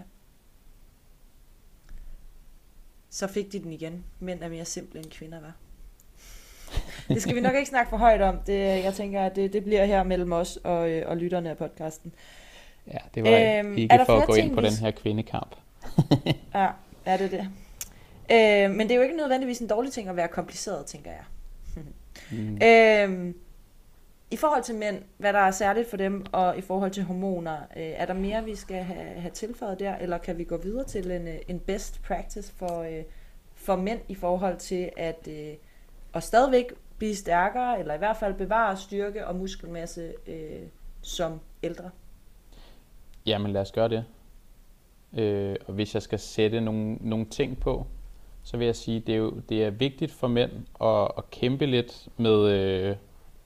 Så fik de den igen. Mænd er mere simple, end kvinder var. Det skal vi nok ikke snakke for højt om. Det, jeg tænker, at det, det bliver her mellem os og, og lytterne af podcasten. Ja, det var øhm, ikke for at gå ind på den her kvindekamp. Ja, er det det? Øh, men det er jo ikke nødvendigvis en dårlig ting at være kompliceret, tænker jeg. Mm. øh, I forhold til mænd, hvad der er særligt for dem, og i forhold til hormoner, øh, er der mere, vi skal have, have tilføjet der, eller kan vi gå videre til en, en best practice for, øh, for mænd i forhold til at, øh, at stadigvæk blive stærkere, eller i hvert fald bevare styrke og muskelmasse øh, som ældre? Jamen lad os gøre det. Øh, og hvis jeg skal sætte nogle, nogle ting på, så vil jeg sige, det er jo det er vigtigt for mænd at, at kæmpe lidt med øh,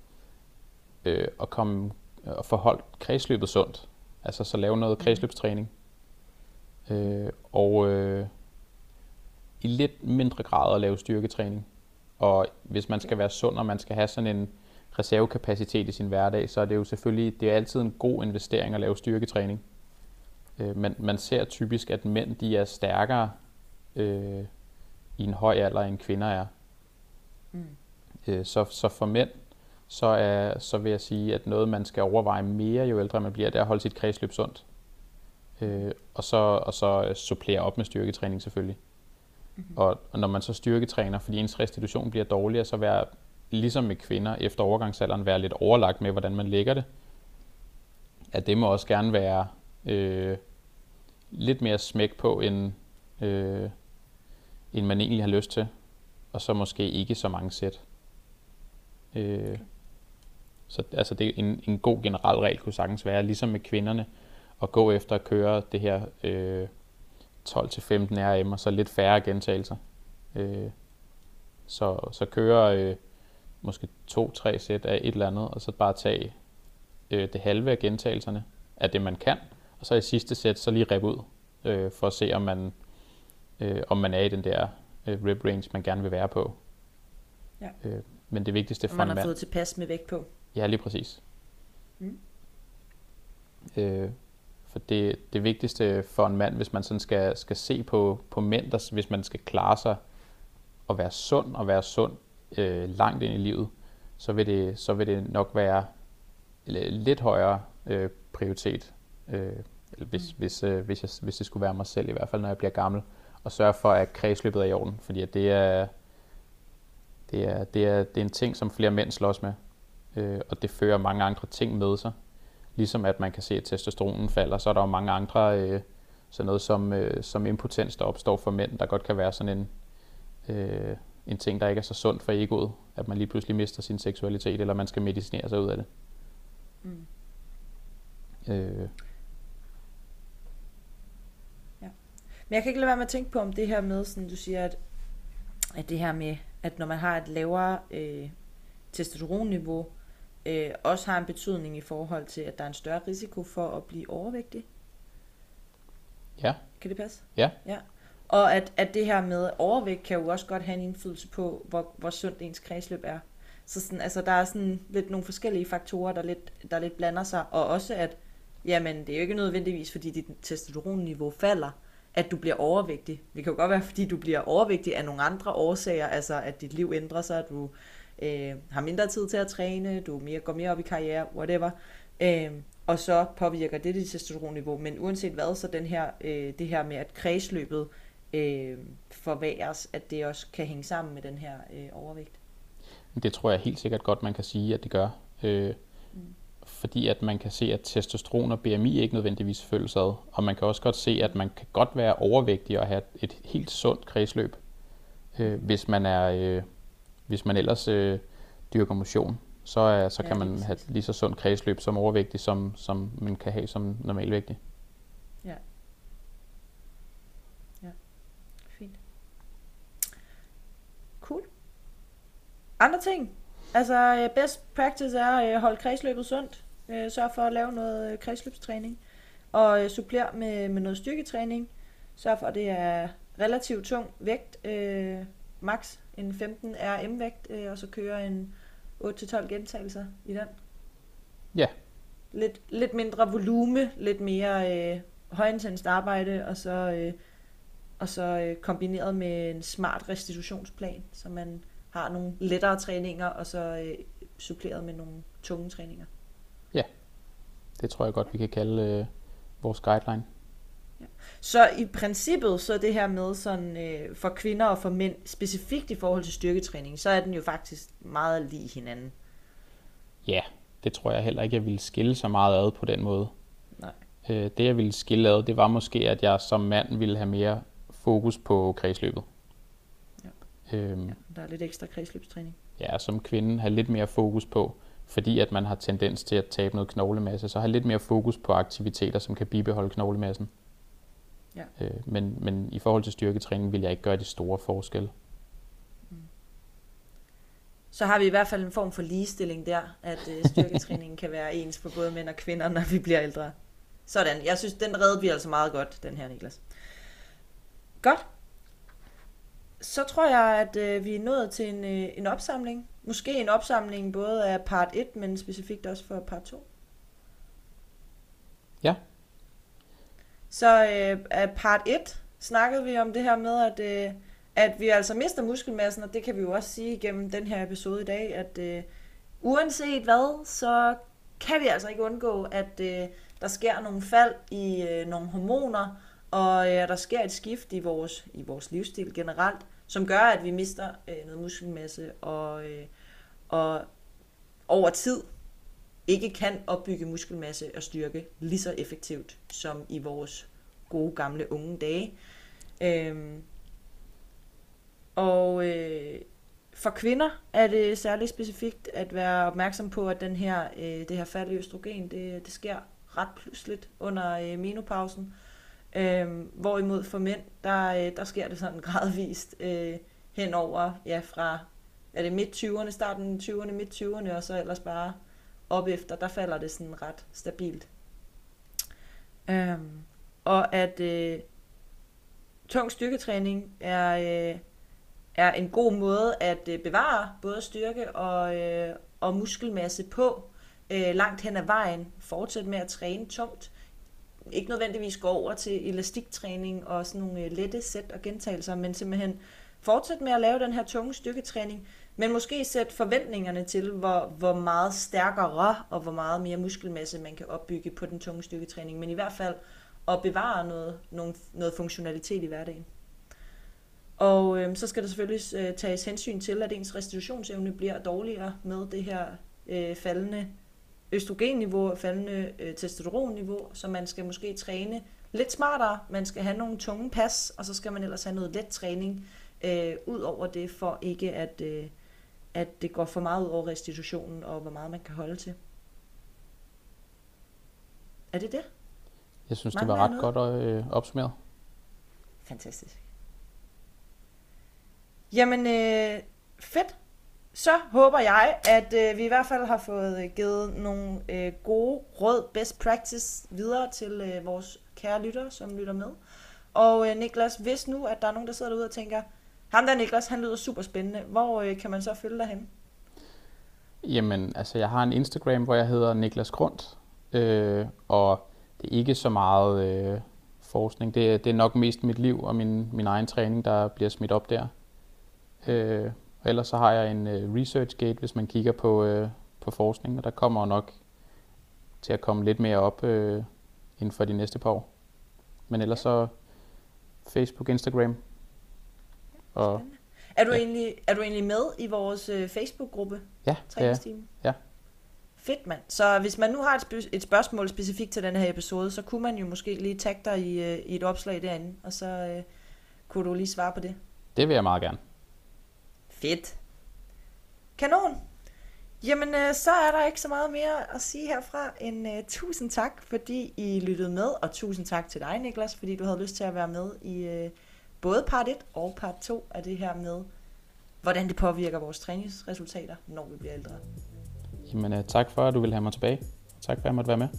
øh, at komme og forholde kredsløbet sundt. Altså så lave noget kredsløbstræning. Øh, og øh, i lidt mindre grad at lave styrketræning. Og hvis man skal være sund, og man skal have sådan en reservekapacitet i sin hverdag, så er det jo selvfølgelig, det er altid en god investering at lave styrketræning. Øh, men man ser typisk, at mænd de er stærkere øh, i en høj alder, end kvinder er. Mm. Øh, så, så for mænd, så, er, så vil jeg sige, at noget man skal overveje mere, jo ældre man bliver, det er at holde sit kredsløb sundt. Øh, og, så, og så supplere op med styrketræning selvfølgelig. Mm-hmm. Og, og når man så styrketræner, fordi ens restitution bliver dårligere, så være, ligesom med kvinder efter overgangsalderen, være lidt overlagt med, hvordan man lægger det. At det må også gerne være øh, lidt mere smæk på, end, øh, end man egentlig har lyst til. Og så måske ikke så mange sæt. Øh, okay. Så altså det er en, en god generel regel kunne sagtens være, ligesom med kvinderne, at gå efter at køre det her øh, tolv til femten R M, og så lidt færre gentagelser. Øh, så, så køre øh, måske to-tre sæt af et eller andet, og så bare tage øh, det halve af gentagelserne af det, man kan, og så i sidste sæt, så lige rep ud, øh, for at se, om man, øh, om man er i den der øh, rep range, man gerne vil være på. Ja. Øh, men det vigtigste for man en mand... har fået tilpas med vægt på. Ja, lige præcis. Mm. Øh, for det, det vigtigste for en mand, hvis man sådan skal, skal se på, på mænd, der, hvis man skal klare sig og være sund og være sund øh, langt ind i livet, så vil det, så vil det nok være lidt højere øh, prioritet, øh, hvis, mm. hvis, øh, hvis, jeg, hvis det skulle være mig selv, i hvert fald når jeg bliver gammel, og sørge for, at kredsløbet er i orden, fordi at det, er, det, er, det, er, det er en ting, som flere mænd slås med, øh, og det fører mange andre ting med sig. Ligesom at man kan se, at testosteronen falder, så er der jo mange andre, øh, sådan noget som, øh, som impotens, der opstår for mænd, der godt kan være sådan en, øh, en ting, der ikke er så sundt for egoet, at man lige pludselig mister sin seksualitet, eller man skal medicinere sig ud af det. Mm. Øh. Ja. Men jeg kan ikke lade være med at tænke på, om det her med, sådan du siger, at, at det her med, at når man har et lavere øh, testosteronniveau, Øh, også har en betydning i forhold til, at der er en større risiko for at blive overvægtig. Ja. Kan det passe? Ja. Ja. Og at, at det her med overvægt kan jo også godt have en indflydelse på, hvor, hvor sundt ens kredsløb er. Så sådan, altså, der er sådan lidt nogle forskellige faktorer, der lidt, der lidt blander sig. Og også at, jamen, det er jo ikke nødvendigvis, fordi dit testosteronniveau falder, at du bliver overvægtig. Det kan jo godt være, fordi du bliver overvægtig af nogle andre årsager, altså at dit liv ændrer sig, at du Øh, har mindre tid til at træne, du mere, går mere op i karriere, whatever, øh, og så påvirker det dit testosteronniveau, men uanset hvad, så den her, øh, det her med, at kredsløbet øh, forværres, at det også kan hænge sammen med den her øh, overvægt. Det tror jeg helt sikkert godt, man kan sige, at det gør. Øh, mm. Fordi at man kan se, at testosteron og B M I ikke nødvendigvis følges ad, og man kan også godt se, at man kan godt være overvægtig og have et helt sundt kredsløb, øh, hvis man er... Øh, Hvis man ellers øh, dyrker motion, så, er, så ja, kan man have lige så sund kredsløb som overvægtig, som, som man kan have som normalvægtig. Ja. Ja, fint. Cool. Andre ting? Altså, best practice er at holde kredsløbet sundt. Sørg for at lave noget kredsløbstræning. Og supplere med, med noget styrketræning. Sørg for, at det er relativt tung vægt. Øh, max en femten R M vægt, øh, og så køre en otte til tolv gentagelser i den. Ja. Lidt, lidt mindre volume, lidt mere øh, højintenst arbejde, og så, øh, og så øh, kombineret med en smart restitutionsplan, så man har nogle lettere træninger, og så øh, suppleret med nogle tunge træninger. Ja, det tror jeg godt, vi kan kalde øh, vores guideline. Ja. Så i princippet, så det her med sådan, øh, for kvinder og for mænd, specifikt i forhold til styrketræning, så er den jo faktisk meget lige hinanden. Ja, det tror jeg heller ikke, jeg ville skille så meget ad på den måde. Nej. Øh, det jeg ville skille ad, det var måske, at jeg som mand ville have mere fokus på kredsløbet. Ja. Øhm, ja, der er lidt ekstra kredsløbstræning. Ja, som kvinde have lidt mere fokus på, fordi at man har tendens til at tabe noget knoglemasse, så have lidt mere fokus på aktiviteter, som kan bibeholde knoglemassen. Ja. Øh, men, men i forhold til styrketræning vil jeg ikke gøre de store forskelle. Mm. Så har vi i hvert fald en form for ligestilling der, at øh, styrketræningen kan være ens for både mænd og kvinder, når vi bliver ældre. Sådan, jeg synes, den redder vi altså meget godt, den her, Niklas. Godt. Så tror jeg, at øh, vi er nået til en, øh, en opsamling. Måske en opsamling både af part et, men specifikt også for part to. Ja. Så øh, af part et snakkede vi om det her med, at, øh, at vi altså mister muskelmassen, og det kan vi jo også sige igennem den her episode i dag, at øh, uanset hvad, så kan vi altså ikke undgå, at øh, der sker nogle fald i øh, nogle hormoner, og øh, der sker et skift i vores, i vores livsstil generelt, som gør, at vi mister øh, noget muskelmasse, og, øh, og over tid ikke kan opbygge muskelmasse og styrke lige så effektivt som i vores gode gamle unge dage. Øhm, og øh, for kvinder er det særligt specifikt at være opmærksom på, at den her, øh, det her fald i østrogen, det, det sker ret pludseligt under øh, menopausen. Øhm, hvorimod for mænd, der, øh, der sker det sådan gradvist øh, henover, ja, fra er det midt tyverne, starten tyverne, midt tyverne, og så ellers bare op efter, der falder det sådan ret stabilt. Øhm, og at øh, tung styrketræning er, øh, er en god måde at øh, bevare både styrke og, øh, og muskelmasse på øh, langt hen ad vejen. Fortsætte med at træne tungt. Ikke nødvendigvis gå over til elastiktræning og sådan nogle øh, lette sæt og gentagelser, men simpelthen fortsætte med at lave den her tunge styrketræning, men måske sætte forventningerne til, hvor, hvor meget stærkere og hvor meget mere muskelmasse man kan opbygge på den tunge styrketræning, men i hvert fald at bevare noget, noget, noget funktionalitet i hverdagen. Og øh, så skal der selvfølgelig øh, tages hensyn til, at ens restitutionsevne bliver dårligere med det her øh, faldende østrogenniveau og faldende øh, testosteronniveau, så man skal måske træne lidt smartere, man skal have nogle tunge pas, og så skal man ellers have noget let træning øh, ud over det, for ikke at, øh, at det går for meget ud over restitutionen, og hvor meget man kan holde til. Er det det? Jeg synes, Mangler det var jeg ret noget? godt øh, opsummeret. Fantastisk. Jamen, øh, fedt. Så håber jeg, at øh, vi i hvert fald har fået øh, givet nogle øh, gode råd, best practice videre til øh, vores kære lyttere, som lytter med. Og øh, Niklas, hvis nu, at der er nogen, der sidder derude og tænker, ham der Niklas, han lyder super spændende, hvor øh, kan man så følge dig hen? Jamen, altså jeg har en Instagram, hvor jeg hedder Niklas Grund, øh, og det er ikke så meget øh, forskning. Det, det er nok mest mit liv og min, min egen træning, der bliver smidt op der. Øh, og ellers så har jeg en øh, ResearchGate, hvis man kigger på, øh, på forskning, og der kommer nok til at komme lidt mere op øh, inden for de næste par år. Men ellers så Facebook, Instagram. Og, er, du ja. egentlig, er du egentlig med i vores øh, Facebook-gruppe? Ja, Træningsteam? ja. Fedt, mand. Så hvis man nu har et, sp- et spørgsmål specifikt til den her episode, så kunne man jo måske lige tagge dig i, øh, i et opslag derinde, og så øh, kunne du lige svare på det. Det vil jeg meget gerne. Fedt. Kanon. Jamen, øh, så er der ikke så meget mere at sige herfra end uh, tusind tak, fordi I lyttede med, og tusind tak til dig, Niklas, fordi du havde lyst til at være med i uh, både part et og part to af det her med, hvordan det påvirker vores træningsresultater, når vi bliver ældre. Jamen, uh, tak for, at du vil have mig tilbage. Tak for, at jeg måtte være med.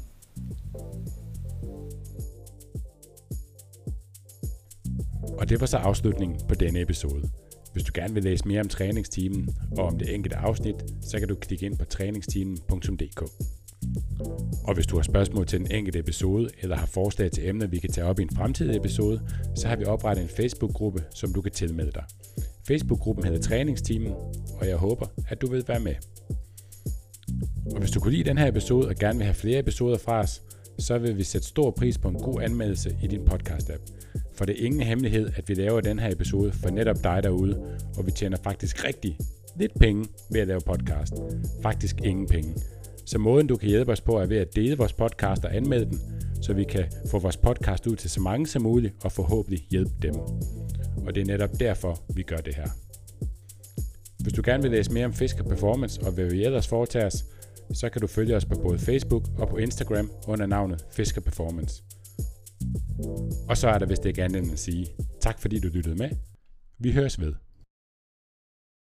Og det var så afslutningen på denne episode. Hvis du gerne vil læse mere om træningsteamen og om det enkelte afsnit, så kan du klikke ind på træningsteamen punktum d k. Og hvis du har spørgsmål til den enkelte episode, eller har forslag til emner, vi kan tage op i en fremtidig episode, så har vi oprettet en Facebook-gruppe, som du kan tilmelde dig. Facebook-gruppen hedder Træningsteamen, og jeg håber, at du vil være med. Og hvis du kunne lide den her episode og gerne vil have flere episoder fra os, så vil vi sætte stor pris på en god anmeldelse i din podcast-app. For det er ingen hemmelighed, at vi laver den her episode for netop dig derude, og vi tjener faktisk rigtig lidt penge ved at lave podcast. Faktisk ingen penge. Så måden du kan hjælpe os på er ved at dele vores podcast og anmelde den, så vi kan få vores podcast ud til så mange som muligt og forhåbentlig hjælpe dem. Og det er netop derfor, vi gør det her. Hvis du gerne vil læse mere om Fisker Performance og hvad vi ellers foretager os, så kan du følge os på både Facebook og på Instagram under navnet Fisker Performance. Og så er der vist ikke andet end at sige tak fordi du lyttede med. Vi høres ved.